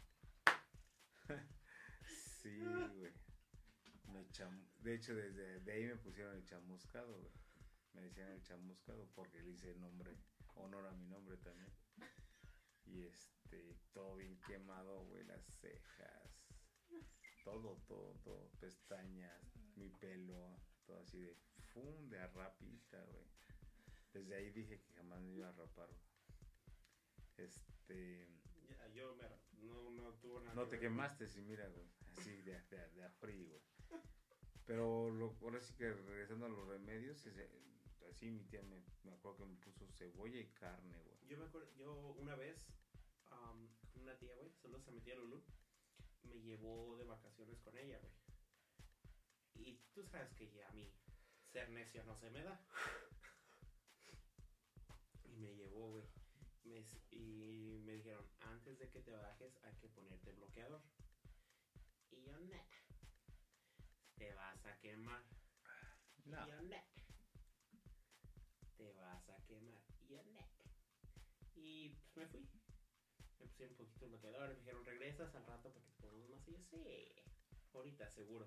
Sí, güey. Me cham... De hecho, desde de ahí me pusieron el chamuscado, güey. me decían el chamuscado porque le hice nombre, honor a mi nombre también. Y este, todo bien quemado, güey, las cejas, todo, todo, todo, pestañas, mi pelo, todo así de fum, de a rapita, güey. Desde ahí dije que jamás me iba a rapar, güey. Este... Ya, yo me, no, no tuve nada No que te ver, güey. quemaste, sí, mira, güey, así de, de, de a frío, güey. Pero lo, ahora sí que regresando a los remedios, ese, así mi tía me, me acuerdo que me puso cebolla y carne, güey. Yo me acuerdo, yo una vez, um, con una tía, güey, solo se metía a Lulú, me llevó de vacaciones con ella, güey. Y tú sabes que ya a mí ser necio no se me da. Y me llevó, güey. Me, y me dijeron, antes de que te bajes hay que ponerte bloqueador. Y yo, nah, te vas a quemar. No. Y yo, nah, te vas a quemar. Y yo, nah. Y pues me fui. Me pusieron un poquito de bloqueador. Me dijeron, regresas al rato para que te pongamos más. Y yo, sí, ahorita seguro.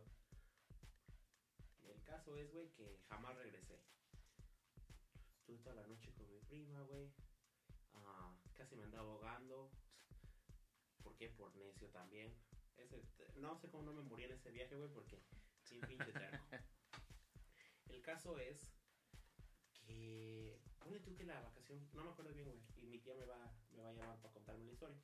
El caso es, güey, que jamás regresé. Estuve toda la noche con mi prima, güey. Uh, casi me andaba ahogando. ¿Por qué? Por necio también. Ese, no sé cómo no me morí en ese viaje, güey, porque sin pinche terco. El caso es que... Ponle tú que la vacación... No me acuerdo bien, güey. Y mi tía me va, me va a llamar para contarme la historia.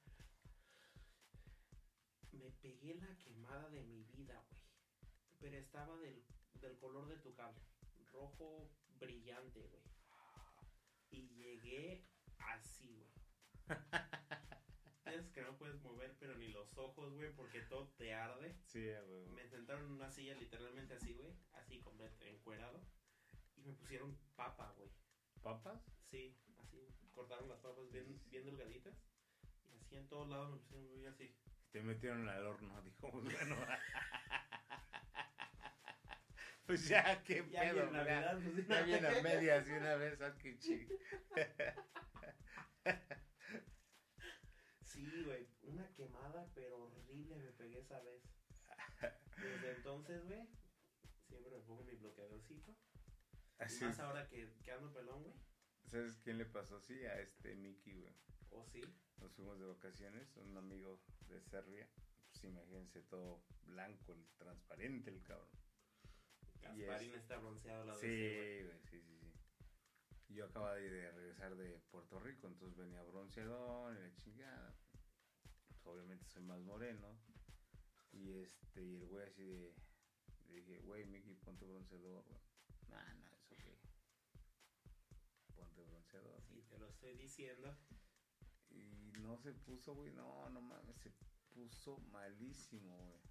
Me pegué la quemada de mi vida, güey. Pero estaba del, del color de tu cable. Rojo brillante, güey. Y llegué así, güey. Es que no puedes mover, pero ni los ojos, güey, porque todo te arde. Sí, güey. Me sentaron en una silla literalmente así, güey. Así, completo, encuerado. Y me pusieron papa, güey. ¿Papas? Sí, así. Cortaron las papas bien, bien delgaditas. Y así en todos lados me pusieron muy así. Te metieron al horno, dijo, bueno. Pues ya, qué Ya pedo, viene Navidad, ya, pues, ya viene a medias de una vez, ah, qué chido. Sí, güey, una quemada, pero horrible me pegué esa vez. Desde entonces, güey, siempre me pongo mi bloqueadorcito. Así Y más es. ahora que, que ando pelón, güey. ¿Sabes quién le pasó así? A este Mickey, güey. ¿O sí? Nos fuimos de vacaciones, un amigo de Serbia. Pues imagínense, todo blanco, el transparente el cabrón. Gasparín es... está bronceado al lado sí, de ese, güey, sí, sí, sí. Y yo acababa de, de regresar de Puerto Rico, entonces venía bronceador y la chingada. Pues obviamente soy más moreno. Y este, y el güey así de... Le dije, güey, Mickey, ponte bronceador, güey. Nah, nah, es ok. Ponte bronceador. Sí, te lo estoy diciendo. Y no se puso, güey, no, no mames, se puso malísimo, güey.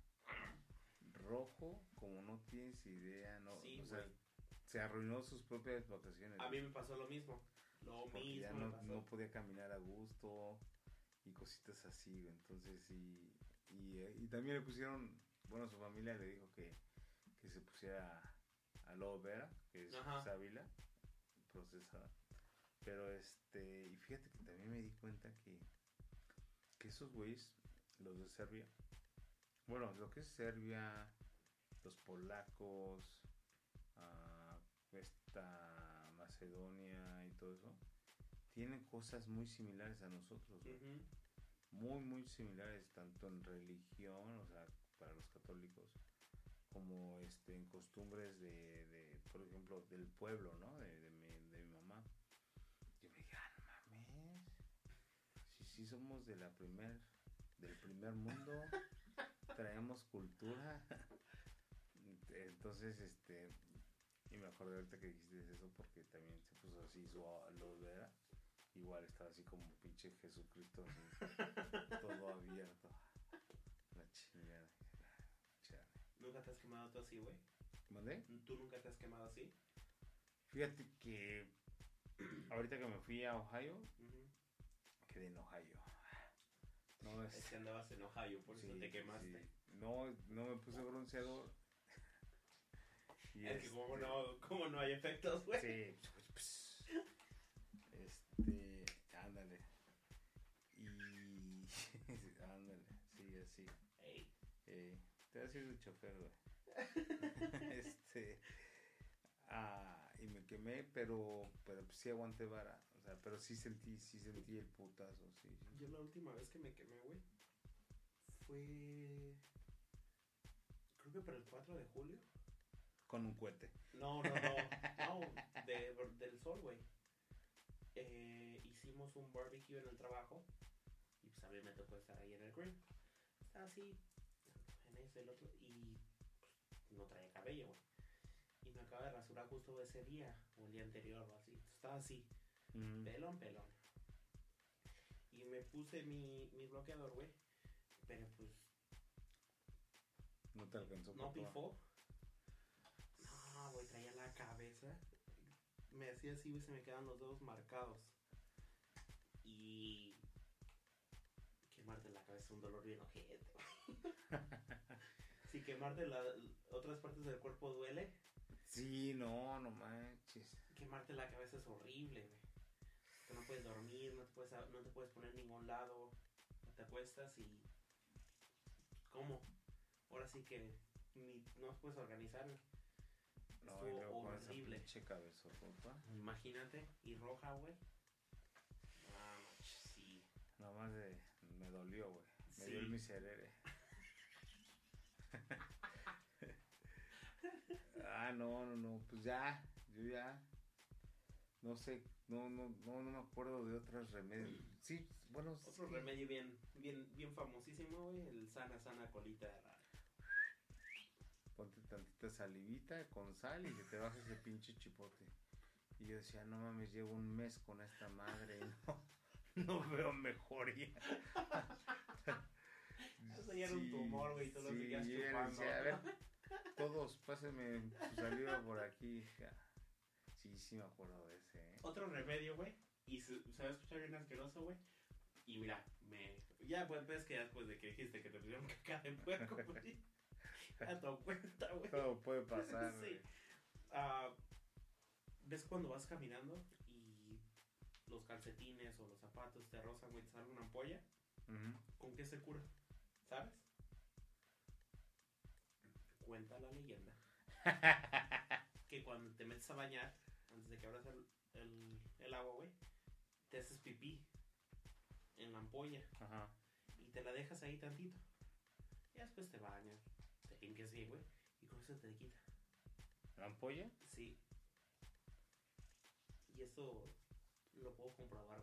Rojo, como no tienes idea, no, Sí, o sea, güey. se arruinó sus propias vacaciones. A mí me pasó lo mismo. Lo porque mismo ya me no, pasó. no podía caminar a gusto y cositas así, güey. Entonces, y, y, y también le pusieron, bueno, su familia le dijo que, que se pusiera aloe vera, que es Ajá. sábila procesada. Pero este, y fíjate que también me di cuenta que, que esos güeyes, los de Serbia, bueno, lo que es Serbia, los polacos, uh, esta Macedonia y todo eso, tienen cosas muy similares a nosotros, güey. Uh-huh. Muy, muy similares, tanto en religión, o sea, para los católicos, como este, en costumbres de, de, por ejemplo, del pueblo, ¿no? De, de, mi, de mi mamá. Yo me dije, ah, no mames, si sí somos de la primer, del primer mundo, traemos cultura. Entonces, este, y me acordé ahorita que dijiste eso porque también se puso así su aloe vera. Igual estaba así como pinche Jesucristo, así, todo abierto. La chingada. Chale. ¿Nunca te has quemado tú así, güey? ¿Mandé? ¿Tú nunca te has quemado así? Fíjate que ahorita que me fui a Ohio, Uh-huh. quedé en Ohio. No es... Es que andabas en Ohio, por sí, eso te quemaste. Sí. No, no me puse bronceador. Y es este... que como no, como no hay efectos, güey. Sí. Este, ándale. Y ándale, sí, así. Hey. Eh, te voy a decir el chofer, güey. este, ah, y me quemé, pero, pero pues sí aguanté vara. O sea, pero sí sentí, sí sentí el putazo, sí, sí. Yo la última vez que me quemé, güey, fue... Creo que para el cuatro de julio. Con un cohete. No, no, no. No, de, del sol, güey. Eh, hicimos un barbecue en el trabajo. Y pues a mí me tocó estar ahí en el grill. Estaba así, en ese, el otro. Y pues, no traía cabello, güey. Y me acaba de rasurar justo ese día. O el día anterior o así. Estaba así. Mm. Pelón, pelón. Y me puse mi, mi bloqueador, güey. Pero pues... No te alcanzó. No pifó. No, güey, traía la cabeza. Me hacía así, güey, se me quedan los dedos marcados. Y... quemarte la cabeza es un dolor bien ojete. Si quemarte la, otras partes del cuerpo duele. Sí, no, no manches. Quemarte la cabeza es horrible, güey. Que no puedes dormir, no te puedes, no te puedes poner en ningún lado. Te acuestas y... ¿Cómo? Ahora sí que ni, no puedes organizar. No, estuvo y luego con horrible. Esa pinche cabeza rota. Imagínate, y roja, güey. Ah, sí. Nada más de... me dolió, güey. Me Sí. dio el miserere. Ah, no, no, no. Pues ya, yo ya... No sé, no, no, no, no me acuerdo de otros remedios. Sí, bueno... Otro sí. remedio bien, bien, bien famosísimo, güey. El sana, sana colita de rana. Ponte tantita salivita con sal y se te baja ese pinche chipote. Y yo decía, no mames, llevo un mes con esta madre y no, no veo mejoría. Eso ya era un tumor, güey, y tú lo sí, seguías yo ya chupando. decía, a ver, todos, pásenme su saliva por aquí. Ya. Sí, sí me acuerdo de ese, ¿eh? Otro remedio, güey, y se, se va a escuchar bien asqueroso, güey. Y mira, me... Ya, pues, ves que ya después de que dijiste que te pusieron caca de puerco, güey. Ya te doy cuenta, güey. Todo puede pasar, Sí. güey. Uh, ¿Ves cuando vas caminando y los calcetines o los zapatos te rozan, güey, te sale una ampolla? Uh-huh. ¿Con qué se cura? ¿Sabes? Cuenta la leyenda que cuando te metes a bañar, antes de que abras el, el, el agua, güey, te haces pipí en la ampolla. Ajá. Y te la dejas ahí tantito. Y después te bañas, te limpias bien, güey, y con eso te quita. ¿La ampolla? Sí. Y eso lo puedo comprobar.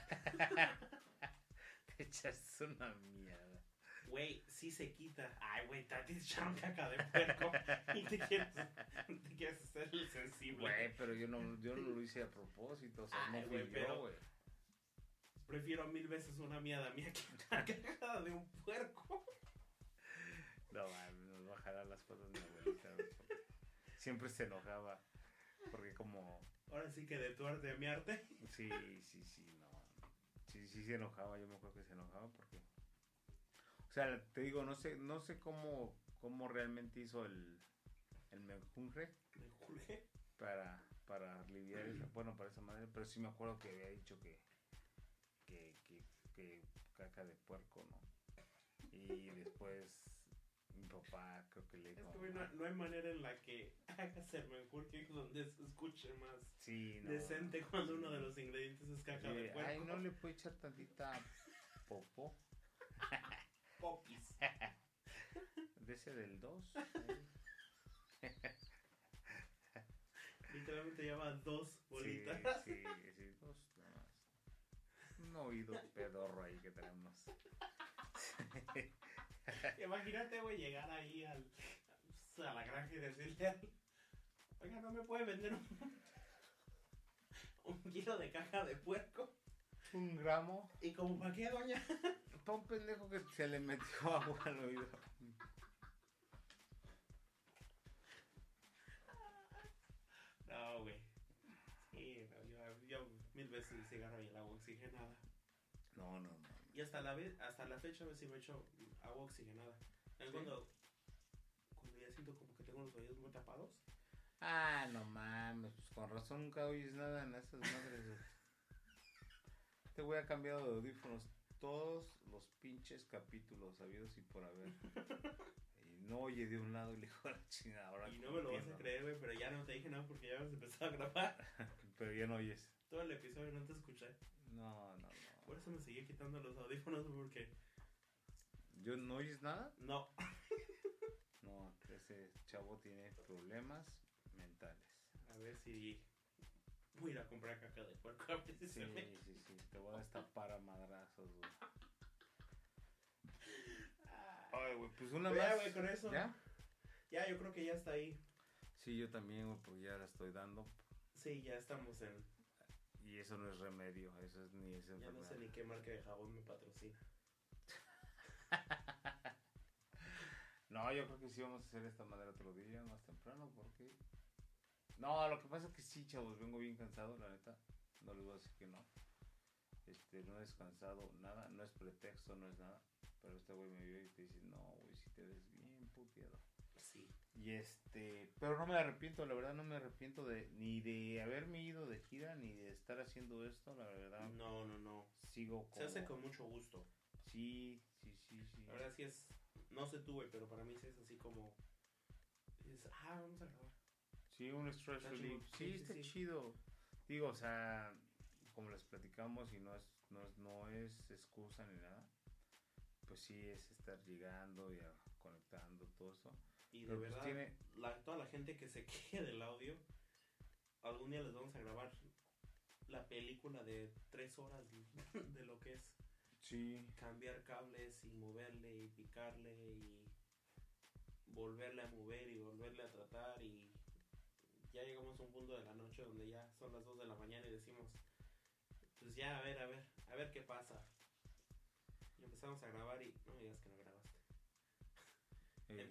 Te echas una mierda. Güey, sí se quita. Ay, güey, te echaron caca de puerco y te quieres, te quieres hacer el sensible. Güey, pero yo no, yo no lo hice a propósito, o sea, Ay, no fui güey, pero- yo, güey. Prefiero mil veces una miada mía que una cagada de un puerco. No, man, nos va a jalar las patas mi abuelita, güey, porque siempre se enojaba, porque como, Ahora sí que de tu arte a mi arte. sí, sí, sí, no, sí, sí se enojaba, yo me acuerdo que se enojaba porque, o sea, te digo, no sé, no sé cómo, cómo realmente hizo el, el menjunje Me juré. para, para aliviar esa, bueno, para esa madre, pero sí me acuerdo que había dicho que, que, que, que caca de puerco, ¿no? Y después mi papá creo que le Es dijo, que, güey, no, no hay manera en la que hagas el menjurje donde se escuche más sí, no, decente cuando sí. uno de los ingredientes es caca de Sí, puerco. ay, no le puede echar tantita popó Popis. de ese del dos. Literalmente lleva dos bolitas. Sí, sí, sí, dos nada más. Un oído pedorro ahí que tenemos. Imagínate, güey, llegar ahí al, a la granja y decirle al... Oiga, ¿no me puede vender un, un kilo de caja de puerco? Un gramo. ¿Y como para qué, doña? Para un pendejo que se le metió agua al oído. No, güey. Sí, no, yo, yo mil veces el cigarro y el agua oxigenada. No, no, no. Y hasta la, vez, hasta la fecha a ver si me echo agua oxigenada. ¿Sí? Cuando, cuando ya siento como que tengo los oídos muy tapados. Ah, no mames, pues con razón nunca oyes nada en esas madres. Güey. Este güey ha cambiado de audífonos todos los pinches capítulos habidos y por haber. Y no oye de un lado y le dijo a la chingada. Ahora Y no me lo vas a entiendo. creer, güey, pero ya no te dije nada porque ya hemos empezado a grabar. Pero ya no oyes. Todo el episodio no te escuché. No, no, Por no. eso me seguí quitando los audífonos, porque ¿Yo no oyes nada? no. No, ese chavo tiene problemas mentales. A ver si voy a ir a comprar caca de puerco a ver si Sí, se me... sí, sí. Te voy a destapar a madrazos, güey. Ay, güey, pues una Pues ya, más. güey, con eso. ¿Ya? Ya, yo creo que ya está ahí. Sí, yo también, güey, porque ya la estoy dando. Sí, ya estamos en... Y eso no es remedio, eso es ni es Ya no enfermedad. sé ni qué marca de jabón me patrocina. No, yo creo que sí vamos a hacer esta madera otro día, más temprano, porque... No, lo que pasa es que sí, chavos, vengo bien cansado, la neta. No les voy a decir que no. Este, no he descansado nada, no es pretexto, no es nada. Pero este güey me vio y te dice, no, güey, si te ves bien puteado. Sí. Y este, pero no me arrepiento, la verdad no me arrepiento de ni de haberme ido de gira, ni de estar haciendo esto, la verdad. No, no, no. Sigo como... Se hace con mucho gusto. Sí, sí, sí, sí. La verdad sí es... No sé tú, güey, pero para mí sí es así como... Dices, ah, vamos a grabar. Sí, un stress Está relief. chido. Sí, Sí, sí, está sí. chido. Digo, o sea, como les platicamos y no es, no es, no es excusa ni nada, pues sí es estar llegando y a- conectando todo eso. Y de Pero pues verdad, tiene- la, toda la gente que se queje del audio, algún día les vamos a grabar la película de tres horas de lo que es Sí, cambiar cables y moverle y picarle y volverle a mover y volverle a tratar, y ya llegamos a un punto de la noche donde ya son las dos de la mañana y decimos, pues ya, a ver, a ver, a ver qué pasa. Y empezamos a grabar y no me digas que no grabaste. eh.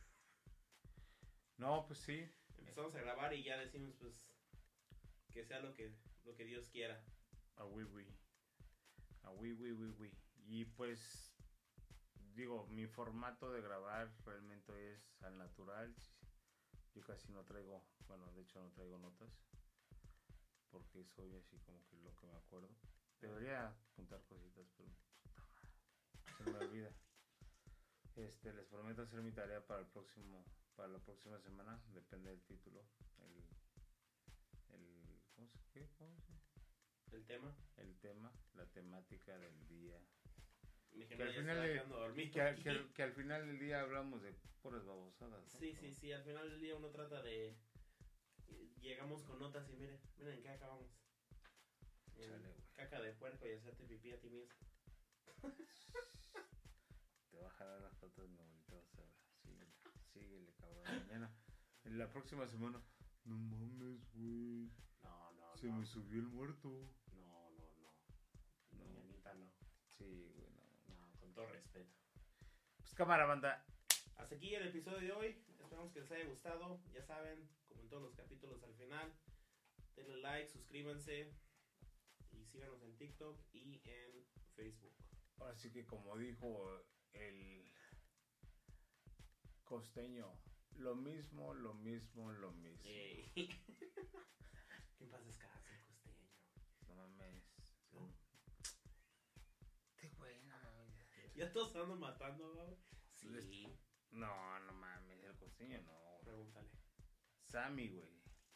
No, pues sí. Empezamos a grabar y ya decimos, pues, que sea lo que, lo que Dios quiera. A oui, oui. A oui, oui, oui, oui. Y pues, digo, mi formato de grabar realmente es al natural. Yo casi no traigo, bueno, de hecho no traigo notas, porque soy así como que lo que me acuerdo. Debería apuntar cositas, pero puta madre, se me olvida. Este, les prometo hacer mi tarea para el próximo, para la próxima semana, depende del título, el, el, ¿cómo se, qué? ¿Cómo se? El tema. El tema, la temática del día. Me Que dijeron, al ya final estaba de- quedando dormido Que, al- aquí. que al- que al final del día hablamos de puras babosadas, ¿no? Sí, Pero- sí, sí, al final del día uno trata de... Llegamos con notas y miren, miren en qué acabamos. En Chale, güey. caca de puerco y hacerte pipí a ti mismo. Te va a jalar las patas, mi abuelita, vas a ver. Síguele, síguele, cabrón. Mañana, en la próxima semana, no mames, güey. No, no, Se no. me subió el muerto. No, no, no. No. Mañanita no. Sí, güey, no. No, con todo respeto. Pues cámara, banda. Hasta aquí el episodio de hoy. Esperamos que les haya gustado. Ya saben, como en todos los capítulos al final, denle like, suscríbanse y síganos en TikTok y en Facebook. Ahora sí que como dijo el costeño, lo mismo, lo mismo, lo mismo. Ey. Que en paz descanse el costeño. No mames. ¿No? Este güey, no mames. Ya todos se andan matando, ¿no? Sí. Les- No, no mames, el costeño no. güey. Pregúntale. Sammy, güey.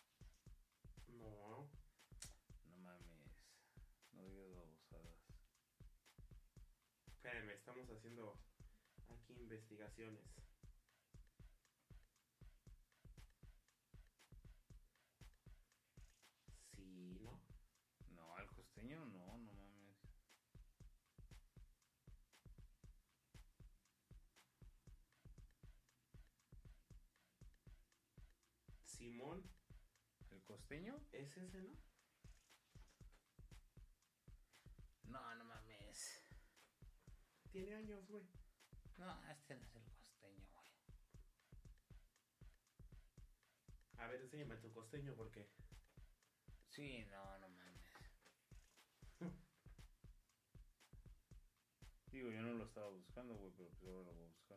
No. No mames. No digas babosadas. Espérenme, estamos haciendo aquí investigaciones. Sí, ¿no? No, al costeño no, no mames. Simón, ¿El costeño? ¿es ese, no? No, no mames. Tiene años, güey. No, este no es el costeño, güey. A ver, enséñame tu costeño porque... Sí, no, no mames. Digo, yo no lo estaba buscando, güey, pero pues ahora lo voy a buscar.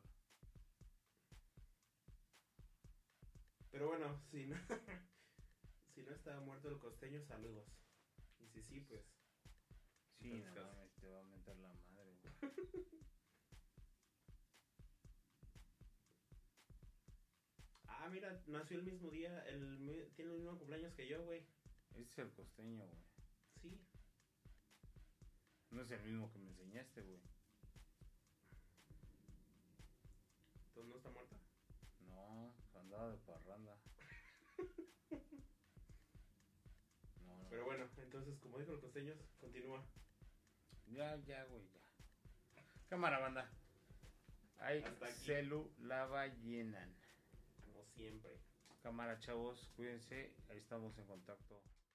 Pero bueno, si no... si no está muerto el costeño, saludos. Y si sí, pues... Sí, Entonces, no ¿qué mames, te va a mentar la madre, güey. mira, nació el mismo día, el, mi- tiene el mismo cumpleaños que yo, güey. Ese es el costeño, güey. Sí. No es el mismo que me enseñaste, güey. Entonces no está muerta. No, andaba de parranda. No, no. Pero bueno, entonces, como dijo el costeños, continúa. Ya, ya, güey, ya. Cámara, banda. Ahí Hasta aquí. celu lava llenan. Como siempre. Cámara, chavos, cuídense. Ahí estamos en contacto.